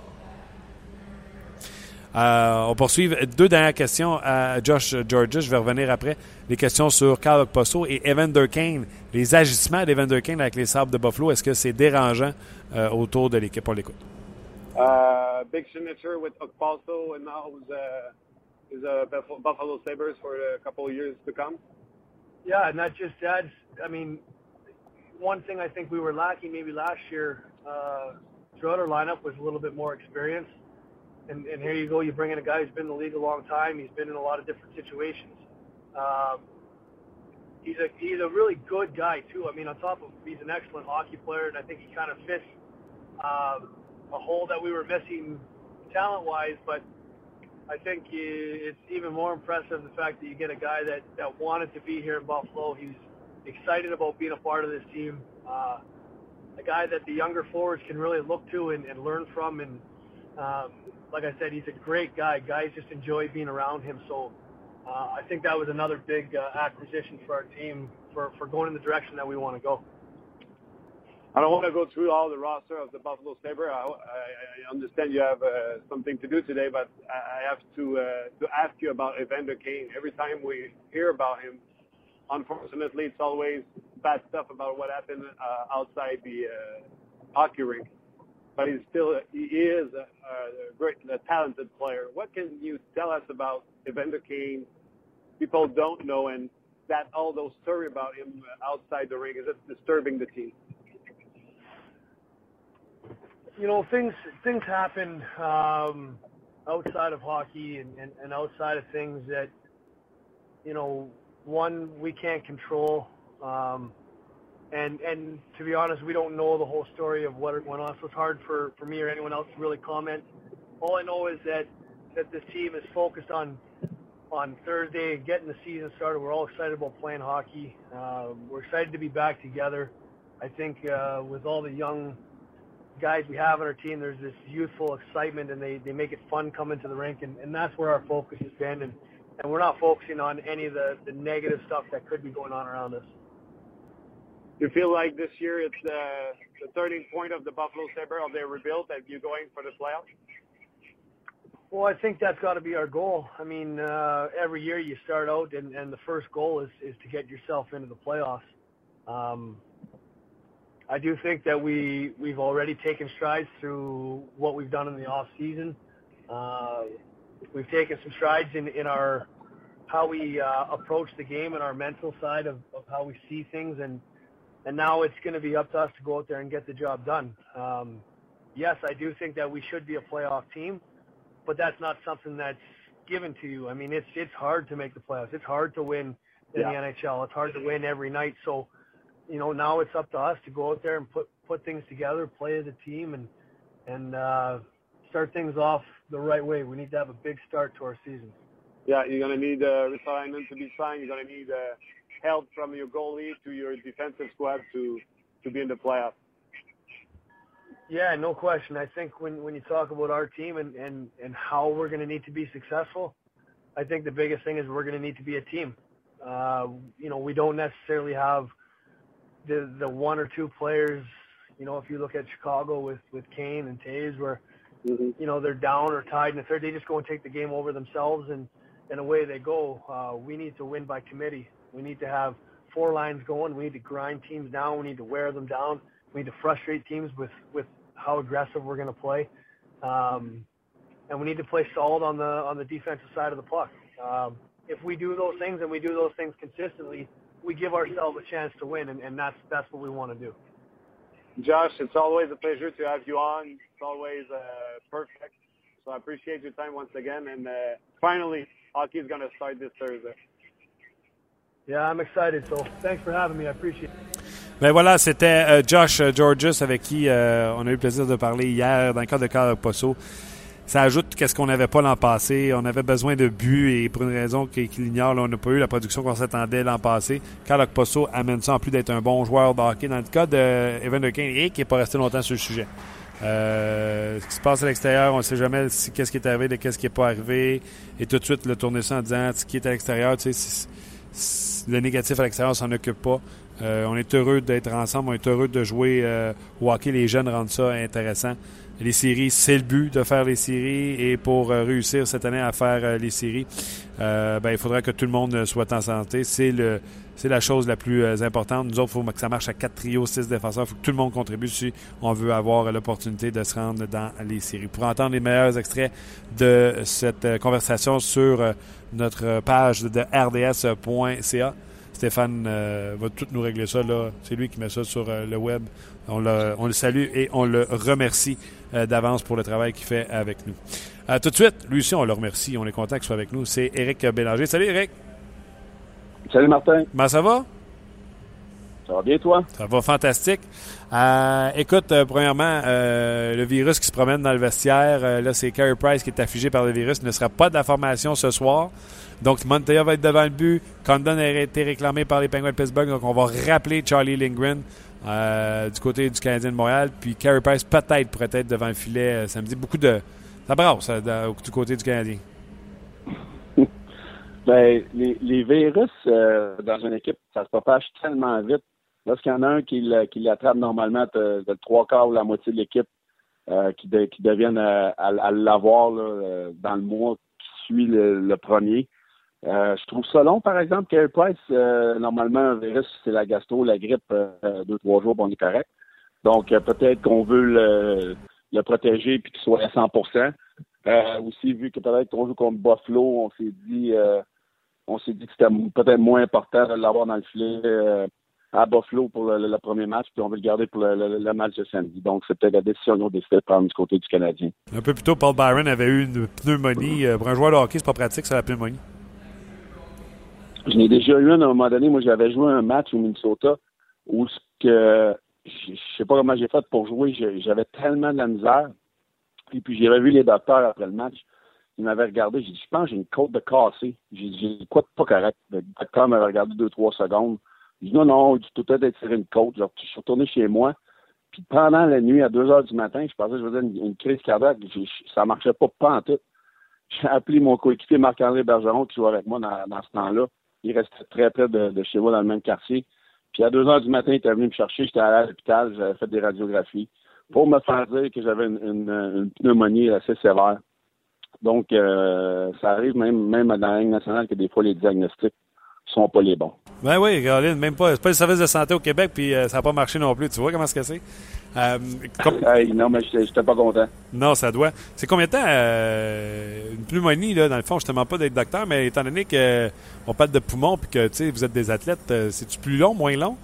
Euh, on poursuit. Deux dernières questions à Josh Georges. Je vais revenir après. Les questions sur Kyle Okposo et Evander Kane. Les agissements d'Evander Kane avec les Sabres de Buffalo, est-ce que c'est dérangeant euh, autour de l'équipe? On l'écoute. Uh, big signature with Okposo and now who's, uh, is a Buffalo Sabres for a couple of years to come. Yeah, and that just adds, I mean, one thing I think we were lacking maybe last year uh, throughout our lineup was a little bit more experience. And, and here you go, you bring in a guy who's been in the league a long time. He's been in a lot of different situations. Um, he's a he's a really good guy, too. I mean, on top of he's an excellent hockey player, and I think he kind of fits um, a hole that we were missing talent-wise, but I think it's even more impressive the fact that you get a guy that, that wanted to be here in Buffalo. He's excited about being a part of this team. Uh, a guy that the younger forwards can really look to and, and learn from. And um, like I said, he's a great guy. Guys just enjoy being around him. So uh, I think that was another big uh, acquisition for our team for, for going in the direction that we want to go. I don't want to go through all the roster of the Buffalo Sabres. I, I, I understand you have uh, something to do today, but I have to uh, to ask you about Evander Kane. Every time we hear about him, unfortunately, it's always bad stuff about what happened uh, outside the uh, hockey rink. But he's still he is a, a great, a talented player. What can you tell us about Evander Kane? People don't know, and that all those stories about him outside the ring, is it disturbing the team? You know, things things happen um, outside of hockey and, and, and outside of things that, you know, one, we can't control. Um, and and to be honest, we don't know the whole story of what went on, so it's hard for, for me or anyone else to really comment. All I know is that, that this team is focused on on Thursday, getting the season started. We're all excited about playing hockey. Uh, we're excited to be back together. I think uh, with all the young guys we have on our team, there's this youthful excitement, and they, they make it fun coming to the rink, and, and that's where our focus has been. And, and we're not focusing on any of the, the negative stuff that could be going on around us. You feel like this year it's uh, the turning point of the Buffalo Sabres, of their rebuild, that you're going for the playoffs? Well, I think that's got to be our goal. I mean, uh, every year you start out, and, and the first goal is, is to get yourself into the playoffs. Um, I do think that we, we've already taken strides through what we've done in the off season. Uh, we've taken some strides in, in our how we uh, approach the game and our mental side of, of how we see things, and and now it's going to be up to us to go out there and get the job done. Um, yes, I do think that we should be a playoff team, but that's not something that's given to you. I mean, it's it's hard to make the playoffs. It's hard to win in yeah. the N H L. It's hard to win every night. So, you know, now it's up to us to go out there and put, put things together, play as a team, and and uh, start things off the right way. We need to have a big start to our season. Yeah, you're going to need uh, retirement to be signed. You're going to need uh, help from your goalie to your defensive squad to, to be in the playoffs. Yeah, no question. I think when, when you talk about our team and, and, and how we're going to need to be successful, I think the biggest thing is we're going to need to be a team. Uh, you know, we don't necessarily have the the one or two players. You know, if you look at Chicago with, with Kane and Taves, where, mm-hmm. you know, they're down or tied in the third, they just go and take the game over themselves, and, and away they go. Uh, we need to win by committee. We need to have four lines going. We need to grind teams down. We need to wear them down. We need to frustrate teams with, with how aggressive we're going to play. Um, and we need to play solid on the on the defensive side of the puck. Um, if we do those things and we do those things consistently, we give ourselves a chance to win, and, and that's that's what we want to do. Josh, it's always a pleasure to have you on. It's always uh, perfect. So I appreciate your time once again. And uh, finally, hockey is going to start this Thursday. Yeah, I'm excited. So thanks for having me. I appreciate it. Ben voilà, c'était euh, Josh Gorges avec qui euh, on a eu le plaisir de parler hier dans le cadre de Carl Okposo. Ça ajoute qu'est-ce qu'on n'avait pas l'an passé. On avait besoin de buts et pour une raison qu'il ignore, là, on n'a pas eu la production qu'on s'attendait l'an passé. Carl Okposo amène ça en plus d'être un bon joueur de hockey. Dans le cas d'Evander Kane, et qui n'est pas resté longtemps sur le sujet. Euh, ce qui se passe à l'extérieur, on ne sait jamais si, qu'est-ce qui est arrivé, de qu'est-ce qui n'est pas arrivé. Et tout de suite, le tourner ça en disant ce qui est à l'extérieur, tu sais, c'est, c'est, le négatif à l'extérieur, on s'en occupe pas. Euh, on est heureux d'être ensemble, on est heureux de jouer euh, au hockey. Les jeunes rendent ça intéressant. Les séries, c'est le but de faire les séries, et pour euh, réussir cette année à faire euh, les séries, euh, ben, il faudra que tout le monde soit en santé. C'est le c'est la chose la plus euh, importante. Nous autres, il faut que ça marche à quatre trios, six défenseurs. Il faut que tout le monde contribue si on veut avoir euh, l'opportunité de se rendre dans les séries. Pour entendre les meilleurs extraits de cette euh, conversation sur euh, notre page de r d s point c a, Stéphane euh, va tout nous régler ça, là. C'est lui qui met ça sur euh, le web. On le, on le salue et on le remercie euh, d'avance pour le travail qu'il fait avec nous. Euh, tout de suite, lui aussi, on le remercie. On est content qu'il soit avec nous. C'est Éric Bélanger. Salut, Éric. Salut, Martin. Comment ça va? Ça va bien, toi? Ça va fantastique. Euh, écoute, euh, premièrement, euh, le virus qui se promène dans le vestiaire, euh, là, c'est Carey Price qui est affligé par le virus. Il ne sera pas de la formation ce soir. Donc, Montoya va être devant le but. Condon a été réclamé par les Penguins de Pittsburgh. Donc, on va rappeler Charlie Lindgren euh, du côté du Canadien de Montréal. Puis, Carey Price, peut-être, pourrait être devant le filet. Ça me dit beaucoup de... Ça brasse euh, du côté du Canadien. Ben, les, les virus euh, dans une équipe, ça se propage tellement vite. Lorsqu'il y en a un qui, qui l'attrape normalement, de, de trois quarts ou la moitié de l'équipe euh, qui, de, qui deviennent à, à, à l'avoir là, dans le mois qui suit le, le premier. Euh, je trouve ça long, par exemple. Carey Price, euh, normalement, un virus, c'est la gastro, la grippe, euh, deux, trois jours, bon, on est correct. Donc, euh, peut-être qu'on veut le, le protéger puis qu'il soit à cent pour cent. Euh, aussi, vu que peut-être qu'on joue contre Buffalo, on s'est dit euh, on s'est dit que c'était peut-être moins important de l'avoir dans le filet euh, à Buffalo pour le, le, le premier match, puis on veut le garder pour le, le, le match de samedi. Donc, c'est peut-être la décision qu'on a décidé de prendre du côté du Canadien. Un peu plus tôt, Paul Byron avait eu une pneumonie. Pour un joueur de hockey, c'est pas pratique, ça, la pneumonie. Je n'ai déjà eu un à un moment donné. Moi, j'avais joué un match au Minnesota où ce que je ne sais pas comment j'ai fait pour jouer. J'avais tellement de la misère. Et puis, j'avais vu les docteurs après le match. Ils m'avaient regardé. J'ai dit, je pense que j'ai une côte de cassée. J'ai dit, j'ai dit, quoi de pas correct? Le docteur m'avait regardé deux, trois secondes. J'ai dit, non, non, tu dois peut-être étirer une côte. Genre, je suis retourné chez moi. Puis pendant la nuit, à deux heures du matin, je pensais que je faisais une, une crise cardiaque. J'ai, ça ne marchait pas, pas en tout. J'ai appelé mon coéquipier Marc-André Bergeron qui jouait avec moi dans, dans ce temps-là. Il restait très près de, de chez moi dans le même quartier. Puis à deux heures du matin, il était venu me chercher. J'étais allé à l'hôpital, j'avais fait des radiographies pour me faire dire que j'avais une, une, une pneumonie assez sévère. Donc, euh, ça arrive même, même dans la Ligue nationale que des fois, les diagnostics sont pas les bons. Ben oui, Caroline, même pas. C'est pas le service de santé au Québec, puis euh, ça n'a pas marché non plus. Tu vois comment c'est que c'est? Euh, com- hey, non, mais j'étais pas content. Non, ça doit. C'est combien de temps euh, une pneumonie, là, dans le fond, je te demande pas d'être docteur, mais étant donné qu'on parle de poumons puis que tu sais, vous êtes des athlètes, euh, c'est-tu plus long, moins long?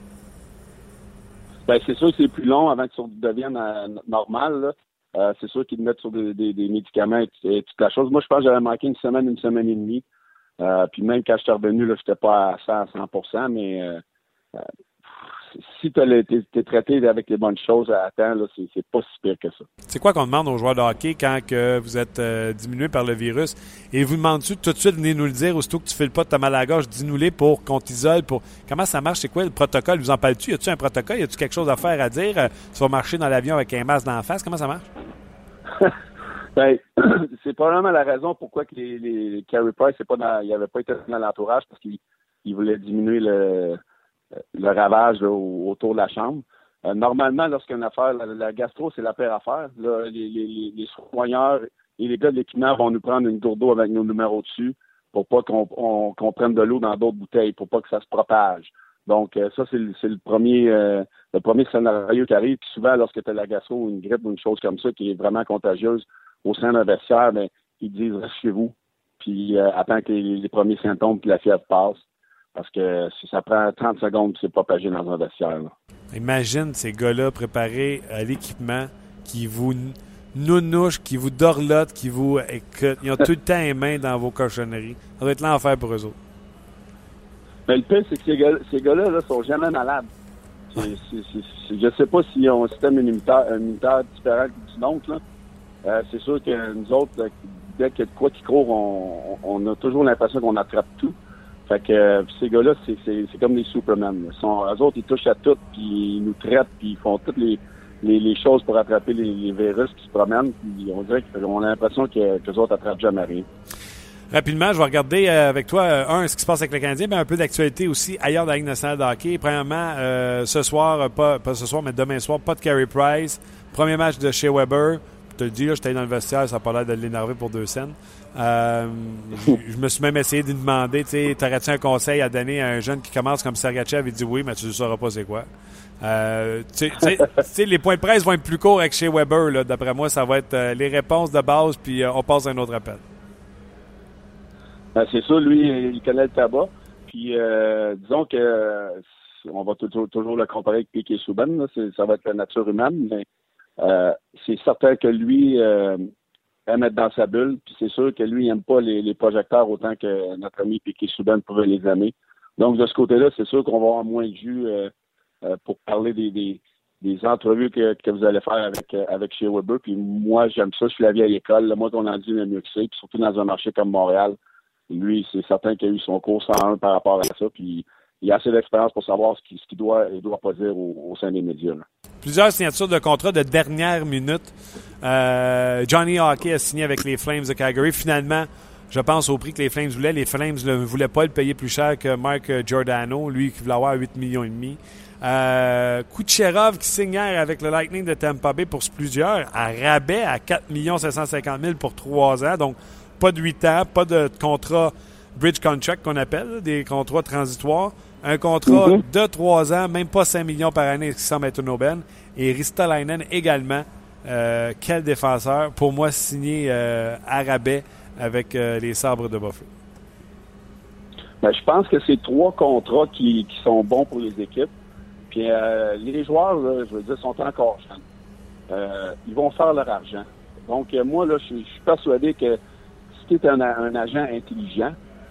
Ben, c'est sûr que c'est plus long avant que ça devienne euh, normal, là. Euh, c'est sûr qu'ils te mettent sur des, des, des médicaments et, et toute la chose. Moi, je pense que j'avais manqué une semaine, une semaine et demie. Euh, puis même quand je suis revenu, là, j'étais pas à cent, à cent pour cent, mais euh, euh, si tu es traité avec les bonnes choses à temps, là, c'est, c'est pas si pire que ça. C'est quoi qu'on demande aux joueurs de hockey quand que vous êtes euh, diminué par le virus? Et vous demandez-tu tout de suite, venez nous le dire, aussitôt que tu files pas de ta mal à la gorge, dis-nous-les pour qu'on t'isole. Pour... Comment ça marche? C'est quoi le protocole? Vous en parles-tu? Y a-tu un protocole? Y a-tu quelque chose à faire, à dire? Euh, tu vas marcher dans l'avion avec un masque d'en face? Comment ça marche? Ben, c'est probablement la raison pourquoi que les, les Carey Price, c'est pas dans, il avait pas été dans l'entourage parce qu'il il voulait diminuer le, le ravage là, autour de la chambre. Euh, normalement, lorsqu'une affaire, la, la gastro, c'est la pire affaire. Là, les, les, les soigneurs et les gars de l'équipement vont nous prendre une gourde d'eau avec nos numéros dessus pour pas qu'on on, qu'on prenne de l'eau dans d'autres bouteilles, pour pas que ça se propage. Donc, euh, ça, c'est le, c'est le premier euh, le premier scénario qui arrive. Puis souvent, lorsque tu as la gastro ou une grippe ou une chose comme ça qui est vraiment contagieuse au sein d'un vestiaire, ben, ils disent reste chez vous. Puis euh, attends que les, les premiers symptômes puis la fièvre passe. Parce que si ça prend trente secondes, c'est propagé dans un vestiaire. Là. Imagine ces gars-là préparés à l'équipement qui vous nounouchent, qui vous dorlotent, qui vous écoutent. Ils ont tout le temps les mains dans vos cochonneries. Ça doit être l'enfer pour eux autres. Mais le pire, c'est que ces, gars, ces gars-là là, sont jamais malades. C'est, c'est, c'est, c'est, je ne sais pas s'ils ont un système immunitaire, immunitaire différent du nôtre. Là. Euh, c'est sûr que nous autres, dès qu'il y a de quoi qui court, on, on a toujours l'impression qu'on attrape tout. Fait que euh, ces gars-là, c'est, c'est, c'est comme des Superman. Ils sont, eux autres, ils touchent à tout, puis ils nous traitent, puis ils font toutes les, les, les choses pour attraper les, les virus qui se promènent. Puis on dirait qu'on a l'impression que, que les autres attrapent jamais rien. Rapidement, je vais regarder avec toi, euh, un, ce qui se passe avec le Canadien, mais un peu d'actualité aussi ailleurs dans la Ligue nationale de hockey. Premièrement, euh, ce soir, pas, pas ce soir, mais demain soir, pas de Carey Price. Premier match de Shea Weber. Je te le dis, là, j'étais dans le vestiaire, ça n'a pas l'air de l'énerver pour deux scènes. Euh, je me suis même essayé de lui demander, tu sais, t'aurais-tu un conseil à donner à un jeune qui commence comme Sergachev? Il dit oui, mais tu ne sauras pas c'est quoi. Euh, tu sais, les points de presse vont être plus courts avec Shea Weber, là. D'après moi, ça va être euh, les réponses de base, puis euh, on passe à un autre appel. Ben, c'est ça, lui, il connaît le tabac. Puis, euh, disons que euh, on va toujours, toujours le comparer avec Piquet Souban. Là, ça va être la nature humaine, mais euh, c'est certain que lui euh, aime être dans sa bulle. Puis c'est sûr que lui, il n'aime pas les, les projecteurs autant que notre ami Piquet Souban pourrait les aimer. Donc, de ce côté-là, c'est sûr qu'on va avoir moins de jus euh, euh, pour parler des, des, des entrevues que, que vous allez faire avec, avec Shea Weber. Puis moi, j'aime ça. Je suis la vieille école. Là, moi, qu'on en dit le mieux que c'est. Puis surtout dans un marché comme Montréal. Lui, c'est certain qu'il a eu son cours cent un par rapport à ça, puis il a assez d'expérience pour savoir ce qu'il, ce qu'il doit et doit pas dire au, au sein des médias. Là. Plusieurs signatures de contrats de dernière minute. Euh, Johnny Hockey a signé avec les Flames de Calgary. Finalement, je pense au prix que les Flames voulaient. Les Flames ne voulaient pas le payer plus cher que Mark Giordano, lui qui voulait avoir huit millions et demi. Euh, Kucherov qui signe hier avec le Lightning de Tampa Bay pour plusieurs à rabais à quatre millions cinq cent cinquante mille pour trois ans. Donc, pas de huit ans, pas de contrat bridge contract qu'on appelle, des contrats transitoires. Un contrat mm-hmm. de trois ans, même pas cinq millions par année, ce qui semble être une aubaine. Et Ristolainen également. Euh, quel défenseur. Pour moi, signé euh, à rabais avec euh, les Sabres de Buffalo. Ben, je pense que c'est trois contrats qui, qui sont bons pour les équipes. Puis euh, les joueurs, là, je veux dire, sont encore jeunes. Euh, ils vont faire leur argent. Donc, euh, moi, là, je suis persuadé que tu es un, un agent intelligent,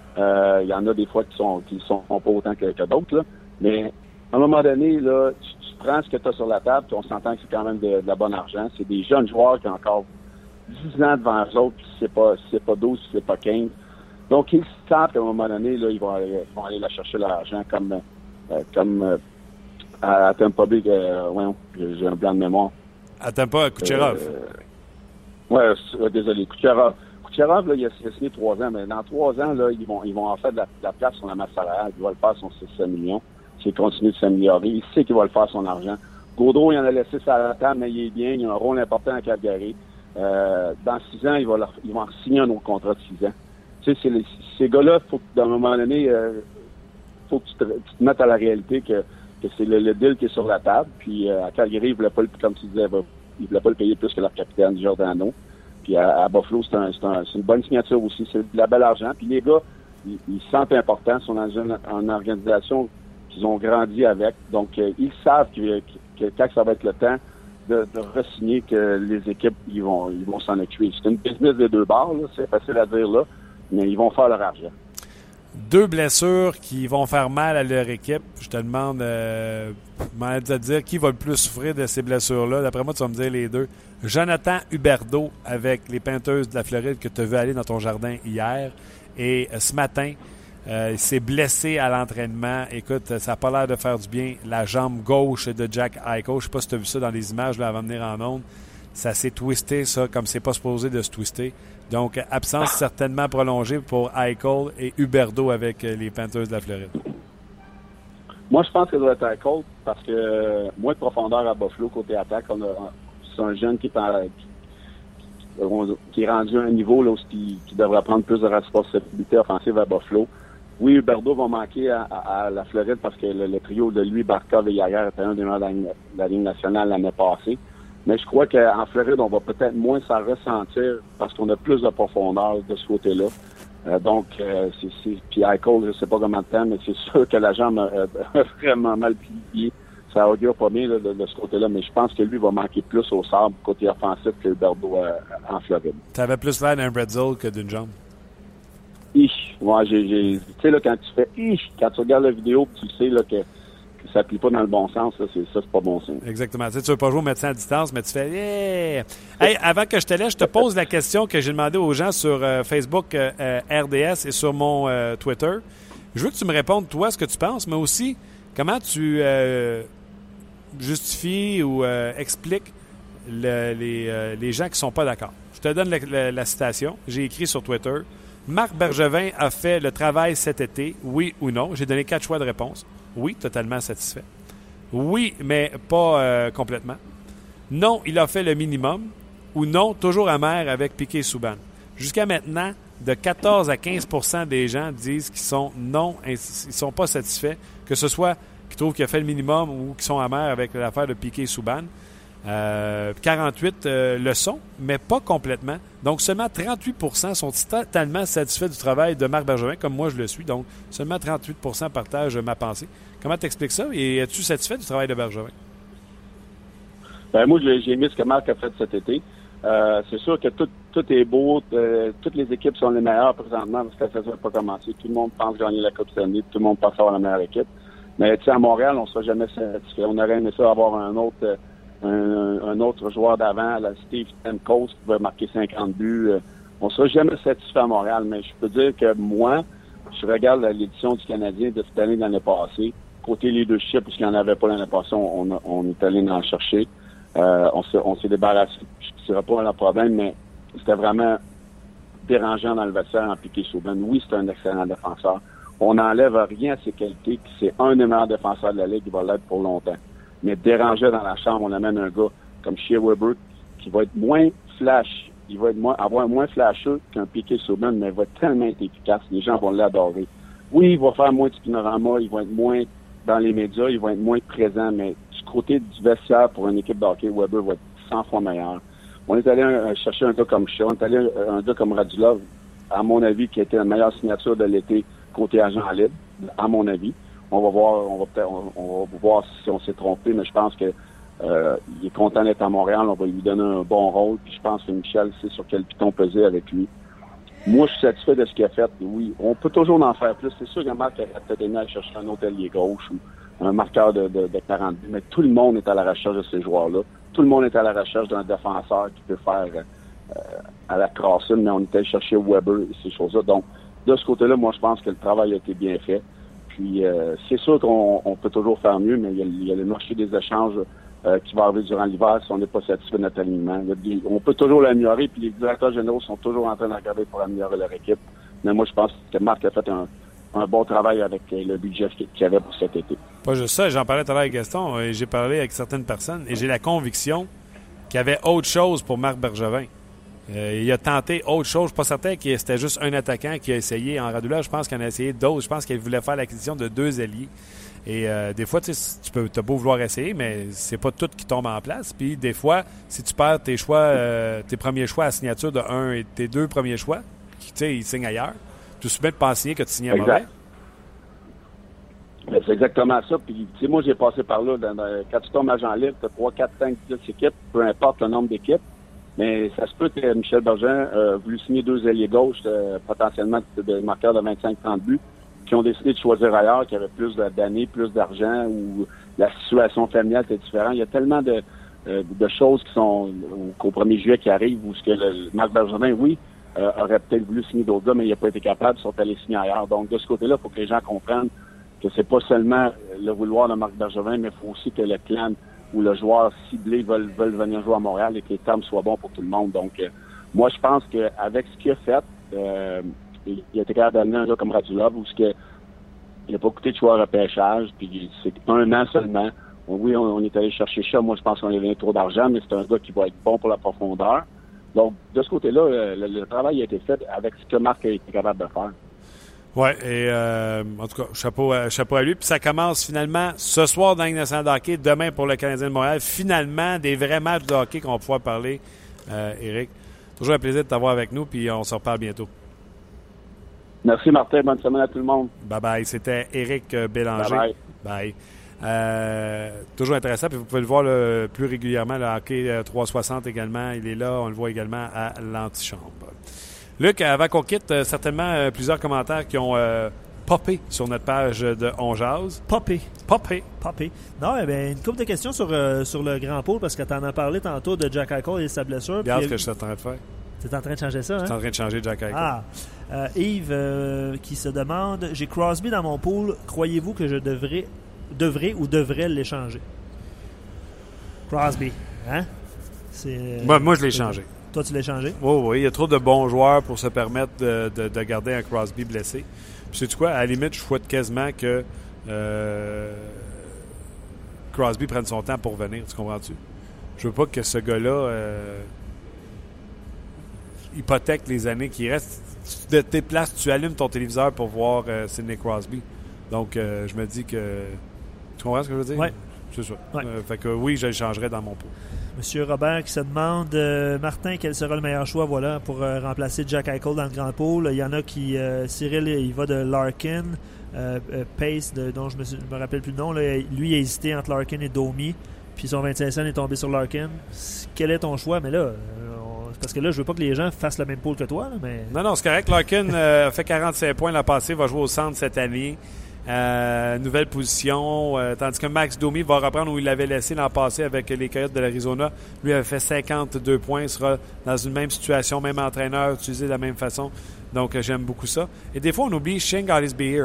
Euh, il y en a des fois qui sont qui sont pas autant que, que d'autres, là. Mais à un moment donné, là, tu, tu prends ce que tu as sur la table, puis on s'entend que c'est quand même de, de la bonne argent. C'est des jeunes joueurs qui ont encore dix ans devant eux autres, puis c'est pas c'est pas douze, c'est pas quinze. Donc, ils savent qu'à un moment donné, là, ils vont aller, ils vont aller la chercher leur argent comme euh, comme euh, à Tampa Bay, euh, ouais, j'ai un blanc de mémoire. À Tampa, Kucherov. Euh, ouais, euh, désolé, Kucherov. Kucherov, là, il a, il a signé trois ans, mais dans trois ans, là, ils vont, ils vont en faire de la, de la place sur la masse salariale. Il va le faire son six cents millions. S'il continue de s'améliorer, il sait qu'il va le faire son argent. Gaudreau, il en a laissé ça à la table, mais il est bien. Il a un rôle important à Calgary. Euh, dans six ans, il va leur, ils vont signer un autre contrat de six ans. Tu sais, c'est les, ces gars-là, faut que, d'un moment donné, euh, faut que tu te, tu te mettes à la réalité que, que c'est le, le deal qui est sur la table. Puis euh, à Calgary, ils voulaient pas, le, comme tu disais, ils voulaient pas le payer plus que leur capitaine, Giordano. Puis à, à Buffalo, c'est, un, c'est, un, c'est une bonne signature aussi. C'est de la belle argent. Puis les gars, ils, ils se sentent importants. Ils sont dans une, une organisation qu'ils ont grandi avec. Donc, euh, ils savent que, que, que quand ça va être le temps de, de re-signer, que les équipes, ils vont ils vont s'en occuper. C'est une business des deux bords, là. C'est facile à dire là, mais ils vont faire leur argent. Deux blessures qui vont faire mal à leur équipe. Je te demande euh, de dire qui va le plus souffrir de ces blessures-là. D'après moi, tu vas me dire les deux. Jonathan Huberdeau avec les Panthers de la Floride que tu as vu aller dans ton jardin hier. Et euh, ce matin, euh, il s'est blessé à l'entraînement. Écoute, ça n'a pas l'air de faire du bien. La jambe gauche de Jack Eichel. Je ne sais pas si tu as vu ça dans les images là, avant de venir en ondes. Ça s'est twisté, ça, comme c'est pas supposé de se twister. Donc, absence certainement prolongée pour Eichel et Huberdeau avec les Panthers de la Floride. Moi, je pense que ça doit être Eichel parce que euh, moins de profondeur à Buffalo côté attaque. On a, c'est un jeune qui est, en, qui, qui est rendu à un niveau là, où il, qui devrait prendre plus de responsabilité offensive à Buffalo. Oui, Huberdeau va manquer à, à, à la Floride parce que le, le trio de lui, Barkov et Yager était un des meilleurs de la, de la Ligue nationale l'année passée. Mais je crois qu'en Floride, on va peut-être moins s'en ressentir parce qu'on a plus de profondeur de ce côté-là. Euh, donc, euh, c'est, c'est, puis Eichel, je ne sais pas comment de temps, mais c'est sûr que la jambe a, a vraiment mal plié. Ça augure pas bien là, de, de ce côté-là, mais je pense que lui va manquer plus au sable côté offensif que Huberdeau euh, en Floride. Tu avais plus l'air d'un Bretzel que d'une jambe. Ich, moi, j'ai, j'ai, tu sais, là, quand tu fais ich, quand tu regardes la vidéo, tu sais là, que que ça ne plie pas dans le bon sens, là, c'est, ça, c'est pas bon signe. Exactement. Tu sais, tu veux pas jouer au médecin à distance, mais tu fais yeah! Hey, avant que je te laisse, je te pose la question que j'ai demandé aux gens sur euh, Facebook euh, euh, R D S et sur mon euh, Twitter. Je veux que tu me répondes, toi, ce que tu penses, mais aussi comment tu euh, justifies ou euh, expliques le, les, euh, les gens qui ne sont pas d'accord. Je te donne la, la, la citation. J'ai écrit sur Twitter. Marc Bergevin a fait le travail cet été, oui ou non? J'ai donné quatre choix de réponse. Oui, totalement satisfait. Oui, mais pas euh, complètement. Non, il a fait le minimum. Ou non, toujours amer avec Piquet-Souban. Jusqu'à maintenant, de quatorze à quinze pour cent des gens disent qu'ils sont non, ils sont pas satisfaits, que ce soit qu'ils trouvent qu'il a fait le minimum ou qu'ils sont amers avec l'affaire de Piquet-Souban. Euh, quarante-huit euh, le sont, mais pas complètement. Donc, seulement trente-huit pour cent sont totalement satisfaits du travail de Marc Bergevin, comme moi je le suis. Donc, seulement trente-huit pour cent partagent ma pensée. Comment t'expliques ça? Et es-tu satisfait du travail de Bergevin? Ben, moi, j'ai, j'ai aimé ce que Marc a fait cet été. Euh, c'est sûr que tout, tout est beau. Euh, toutes les équipes sont les meilleures présentement parce que la saison n'a pas commencé. Tout le monde pense gagner la Coupe Stanley. Tout le monde pense avoir la meilleure équipe. Mais, tu sais, à Montréal, on ne sera jamais satisfait. On aurait aimé ça avoir un autre... Euh, Un, un autre joueur d'avant, la Steve Stamkos, qui pouvait marquer cinquante buts. On ne sera jamais satisfait à Montréal, mais je peux dire que moi, je regarde l'édition du Canadien de cette année de l'année passée. Côté leadership, puisqu'il n'y en avait pas l'année passée, on, on, on est allé en chercher. Euh, on, s'est, on s'est débarrassé. Je ne dirais pas un problème, mais c'était vraiment dérangeant dans le vestiaire en Piquet-Souban. Oui, c'est un excellent défenseur. On n'enlève rien à ses qualités, puis c'est un des meilleurs défenseurs de la Ligue, il va l'être pour longtemps. Mais déranger dans la chambre, on amène un gars comme Shea Weber qui va être moins flash, il va être moins, avoir moins flasheux qu'un Piquet-Souban, mais il va être tellement efficace. Les gens vont l'adorer. Oui, il va faire moins de spinorama, il va être moins dans les médias, il va être moins présent, mais du côté du vestiaire pour une équipe de hockey, Weber va être cent fois meilleur. On est allé un, chercher un gars comme Shea, on est allé un, un gars comme Radulov, à mon avis, qui a été la meilleure signature de l'été côté agent libre, à mon avis. On va voir, on va peut-être, on, on va voir si on s'est trompé, mais je pense que euh, il est content d'être à Montréal. On va lui donner un bon rôle. Puis je pense que Michel sait sur quel piton peser avec lui. moi, je suis satisfait de ce qu'il a fait. Oui, on peut toujours en faire plus. C'est sûr que Marc a peut-être aimé aller chercher un autre ailier gauche ou un marqueur de, de, de quarante buts, mais tout le monde est à la recherche de ces joueurs-là. Tout le monde est à la recherche d'un défenseur qui peut faire euh, à la Carson, mais on était chercher Weber et ces choses-là. Donc, de ce côté-là, moi, je pense que le travail a été bien fait. Puis, euh, c'est sûr qu'on on peut toujours faire mieux, mais il y a, il y a le marché des échanges euh, qui va arriver durant l'hiver si on n'est pas satisfait de notre alignement. Des, on peut toujours l'améliorer, puis les directeurs généraux sont toujours en train de regarder pour améliorer leur équipe. Mais moi, je pense que Marc a fait un, un bon travail avec le budget qu'il y avait pour cet été. Pas juste ça, j'en parlais tout à l'heure avec Gaston, et j'ai parlé avec certaines personnes, et j'ai la conviction qu'il y avait autre chose pour Marc Bergevin. Euh, il a tenté autre chose. Je suis pas certain que c'était juste un attaquant qui a essayé en Radulov. Je pense qu'il en a essayé d'autres. Je pense qu'il voulait faire l'acquisition de deux alliés. Et euh, des fois, tu sais, tu peux, t'as beau vouloir essayer, mais c'est pas tout qui tombe en place. Puis des fois, si tu perds tes choix, euh, tes premiers choix à signature de un et tes deux premiers choix, qui, tu sais, ils signent ailleurs, tu te souviens de pas signer que tu signes à mauvais. Ben, c'est exactement ça. Puis, tu sais, moi, j'ai passé par là. Dans, dans, quand tu tombes agent libre, tu as trois, quatre, cinq, dix équipes, peu importe le nombre d'équipes. Mais ça se peut que Michel Bergevin a voulu signer deux ailiers gauches, euh, potentiellement des marqueurs de vingt-cinq à trente buts, qui ont décidé de choisir ailleurs, qui avaient plus d'années, plus d'argent, ou la situation familiale était différente. Il y a tellement de, euh, de choses qui sont qu'au premier juillet qui arrivent, où ce que le, Marc Bergevin, oui, euh, aurait peut-être voulu signer d'autres gars, mais il n'a pas été capable, ils sont allés signer ailleurs. Donc, de ce côté-là, il faut que les gens comprennent que c'est pas seulement le vouloir de Marc Bergevin, mais il faut aussi que le clan où le joueur ciblé veulent, veulent venir jouer à Montréal et que les termes soient bons pour tout le monde. Donc, euh, moi, je pense qu'avec ce qu'il a fait, euh, il, il a été capable d'amener un gars comme Radulov, où ce que, il n'a pas coûté de choix à repêchage, puis c'est un an seulement. Oui, on, on est allé chercher ça. Moi, je pense qu'on a donné trop d'argent, mais c'est un gars qui va être bon pour la profondeur. Donc, de ce côté-là, euh, le, le travail a été fait avec ce que Marc a été capable de faire. Oui, et euh, en tout cas, chapeau à, chapeau à lui. Puis ça commence finalement ce soir dans la Ligue nationale de hockey, demain pour le Canadien de Montréal. Finalement, des vrais matchs de hockey qu'on va pouvoir parler, euh, Éric. Toujours un plaisir de t'avoir avec nous, puis on se reparle bientôt. Merci, Martin. Bonne semaine à tout le monde. Bye-bye. C'était Éric Bélanger. Bye-bye. Bye. Euh, toujours intéressant, puis vous pouvez le voir le plus régulièrement, le hockey trois cent soixante également. Il est là, on le voit également à l'antichambre. Luc, avant qu'on quitte, euh, certainement euh, plusieurs commentaires qui ont euh, popé sur notre page de On Jase. Popé. Popé. Popé. Non, eh bien, une couple de questions sur, euh, sur le grand pôle, parce que tu en as parlé tantôt de Jack Eichel et sa blessure. Regarde puis, ce que je suis en train de faire. Tu es en train de changer ça, hein? Je suis en train de changer Jack Eichel. Ah. Euh, Yves euh, qui se demande, j'ai Crosby dans mon pool, croyez-vous que je devrais, devrais ou devrais l'échanger? Crosby, hein? C'est, moi, moi, je l'ai changé. Toi, tu l'as changé? Oui, oui. Il y a trop de bons joueurs pour se permettre de, de, de garder un Crosby blessé. Puis, sais-tu quoi? À la limite, je souhaite quasiment que euh, Crosby prenne son temps pour venir. Tu comprends-tu? Je veux pas que ce gars-là euh, hypothèque les années qui restent. De tes places, tu allumes ton téléviseur pour voir euh, Sidney Crosby. Donc, euh, je me dis que... Tu comprends ce que je veux dire? Oui. C'est ça. Ouais. Euh, fait que oui, je le changerais dans mon pot. Monsieur Robert qui se demande, euh, Martin, quel sera le meilleur choix voilà, pour euh, remplacer Jack Eichel dans le grand pôle? Il y en a qui... Euh, Cyril, il va de Larkin. Euh, euh, Pace, de, dont je me, me rappelle plus le nom. Là, lui, il a hésité entre Larkin et Domi. Puis son vingt-cinq cents est tombé sur Larkin. Quel est ton choix? Mais là... Euh, Parce que là, je veux pas que les gens fassent le même pôle que toi. Là, mais... Non, non, c'est correct. Larkin euh, a fait quarante-cinq points l'an passé, va jouer au centre cette année. Euh, nouvelle position. Euh, tandis que Max Domi va reprendre où il l'avait laissé l'an passé avec les Coyotes de l'Arizona. Lui avait fait cinquante-deux points. Il sera dans une même situation, même entraîneur, utilisé de la même façon. Donc, euh, j'aime beaucoup ça. Et des fois, on oublie Shane Gilgeous-Bouchard.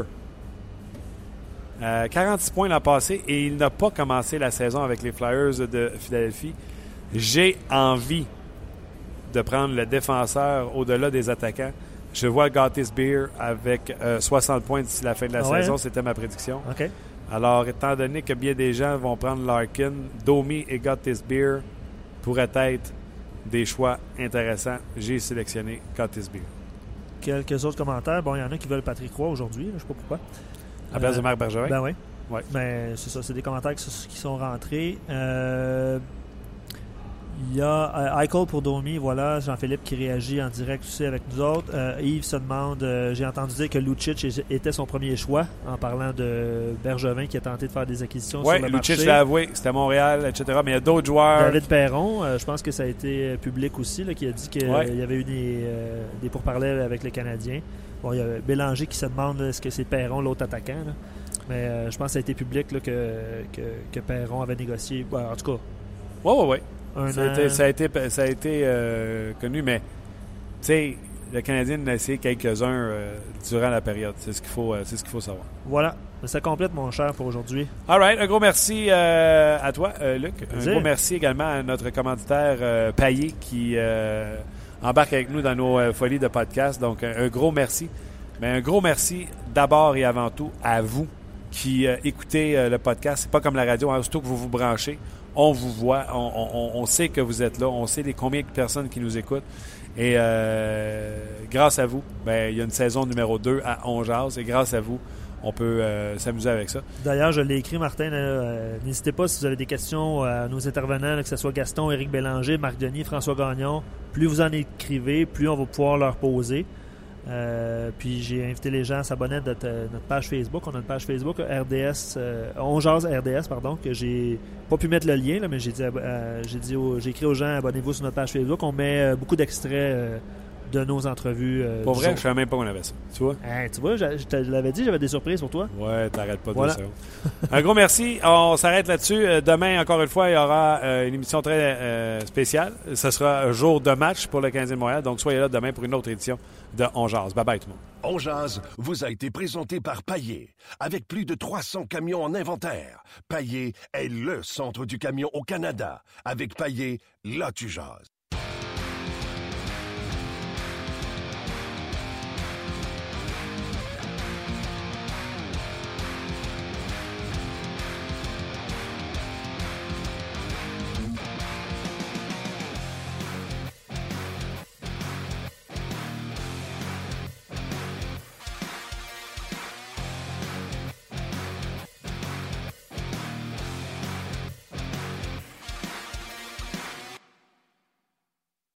Euh, quarante-six points l'an passé et il n'a pas commencé la saison avec les Flyers de Philadelphie. J'ai envie de prendre le défenseur au-delà des attaquants. Je vois Gilgeous-Bouchard avec euh, soixante points d'ici la fin de la ah ouais, saison. hein? C'était ma prédiction. Okay. Alors, étant donné que bien des gens vont prendre Larkin, Domi et Gilgeous-Bouchard pourraient être des choix intéressants. J'ai sélectionné Gilgeous-Bouchard. Quelques autres commentaires. Bon, il y en a qui veulent Patrick Roy aujourd'hui. Là, je ne sais pas pourquoi. À la place euh, de Marc Bergevin? Ben oui. Ouais. Mais c'est ça, c'est des commentaires qui, qui sont rentrés. Euh... Il y a euh, Eichel pour Domi, voilà, Jean-Philippe qui réagit en direct aussi avec nous autres. Euh, Yves se demande, euh, j'ai entendu dire que Lucic était son premier choix en parlant de Bergevin qui a tenté de faire des acquisitions ouais, sur le Lucic marché. l'a avoué, c'était à Montréal, et cetera. Mais il y a d'autres joueurs. David Perron, euh, je pense que ça a été public aussi, là, qui a dit qu'il ouais. y avait eu des, euh, des pourparlers avec les Canadiens. Bon, il y a Bélanger qui se demande là, est-ce que c'est Perron, l'autre attaquant, là. Mais euh, je pense que ça a été public là, que, que, que Perron avait négocié. Ben, en tout cas. Oui, oui, oui. Ça a, an... été, ça a été, ça a été euh, connu, mais tu sais, le Canadien en a essayé quelques-uns euh, durant la période. C'est ce qu'il faut, euh, c'est ce qu'il faut savoir. Voilà. Ça complète, mon cher, pour aujourd'hui. All right. Un gros merci euh, à toi, euh, Luc. Plaisir. Un gros merci également à notre commanditaire euh, Payé qui euh, embarque avec nous dans nos euh, folies de podcast. Donc, un, un gros merci. Mais un gros merci d'abord et avant tout à vous qui euh, écoutez euh, le podcast. C'est pas comme la radio, hein, surtout que vous vous branchez. On vous voit, on, on, on sait que vous êtes là, on sait les combien de personnes qui nous écoutent. Et euh, grâce à vous, ben, il y a une saison numéro deux à On Jase. Et grâce à vous, on peut euh, s'amuser avec ça. D'ailleurs, je l'ai écrit, Martin. Euh, n'hésitez pas si vous avez des questions à nos intervenants, là, que ce soit Gaston, Éric Bélanger, Marc Denis, François Gagnon. Plus vous en écrivez, plus on va pouvoir leur poser. Euh, puis j'ai invité les gens à s'abonner à notre, notre page Facebook. On a une page Facebook R D S, euh, On Jase R D S, pardon, que j'ai pas pu mettre le lien, là, mais j'ai dit, euh, j'ai dit, aux, j'ai écrit aux gens abonnez-vous sur notre page Facebook. On met euh, beaucoup d'extraits euh, de nos entrevues. Euh, pour vrai, jour. je ne savais même pas qu'on avait ça. Tu vois? Hein, tu vois, je, je te l'avais dit, j'avais des surprises pour toi. Ouais, t'arrêtes pas de voilà. dire ça. Un gros merci. On s'arrête là-dessus. Demain, encore une fois, il y aura euh, une émission très euh, spéciale. Ce sera un jour de match pour le Canadien de Montréal. Donc, soyez là demain pour une autre édition de On Jase. Bye bye tout le monde. On Jase vous a été présenté par Payé. Avec plus de trois cents camions en inventaire, Payé est le centre du camion au Canada. Avec Payé, là tu jases.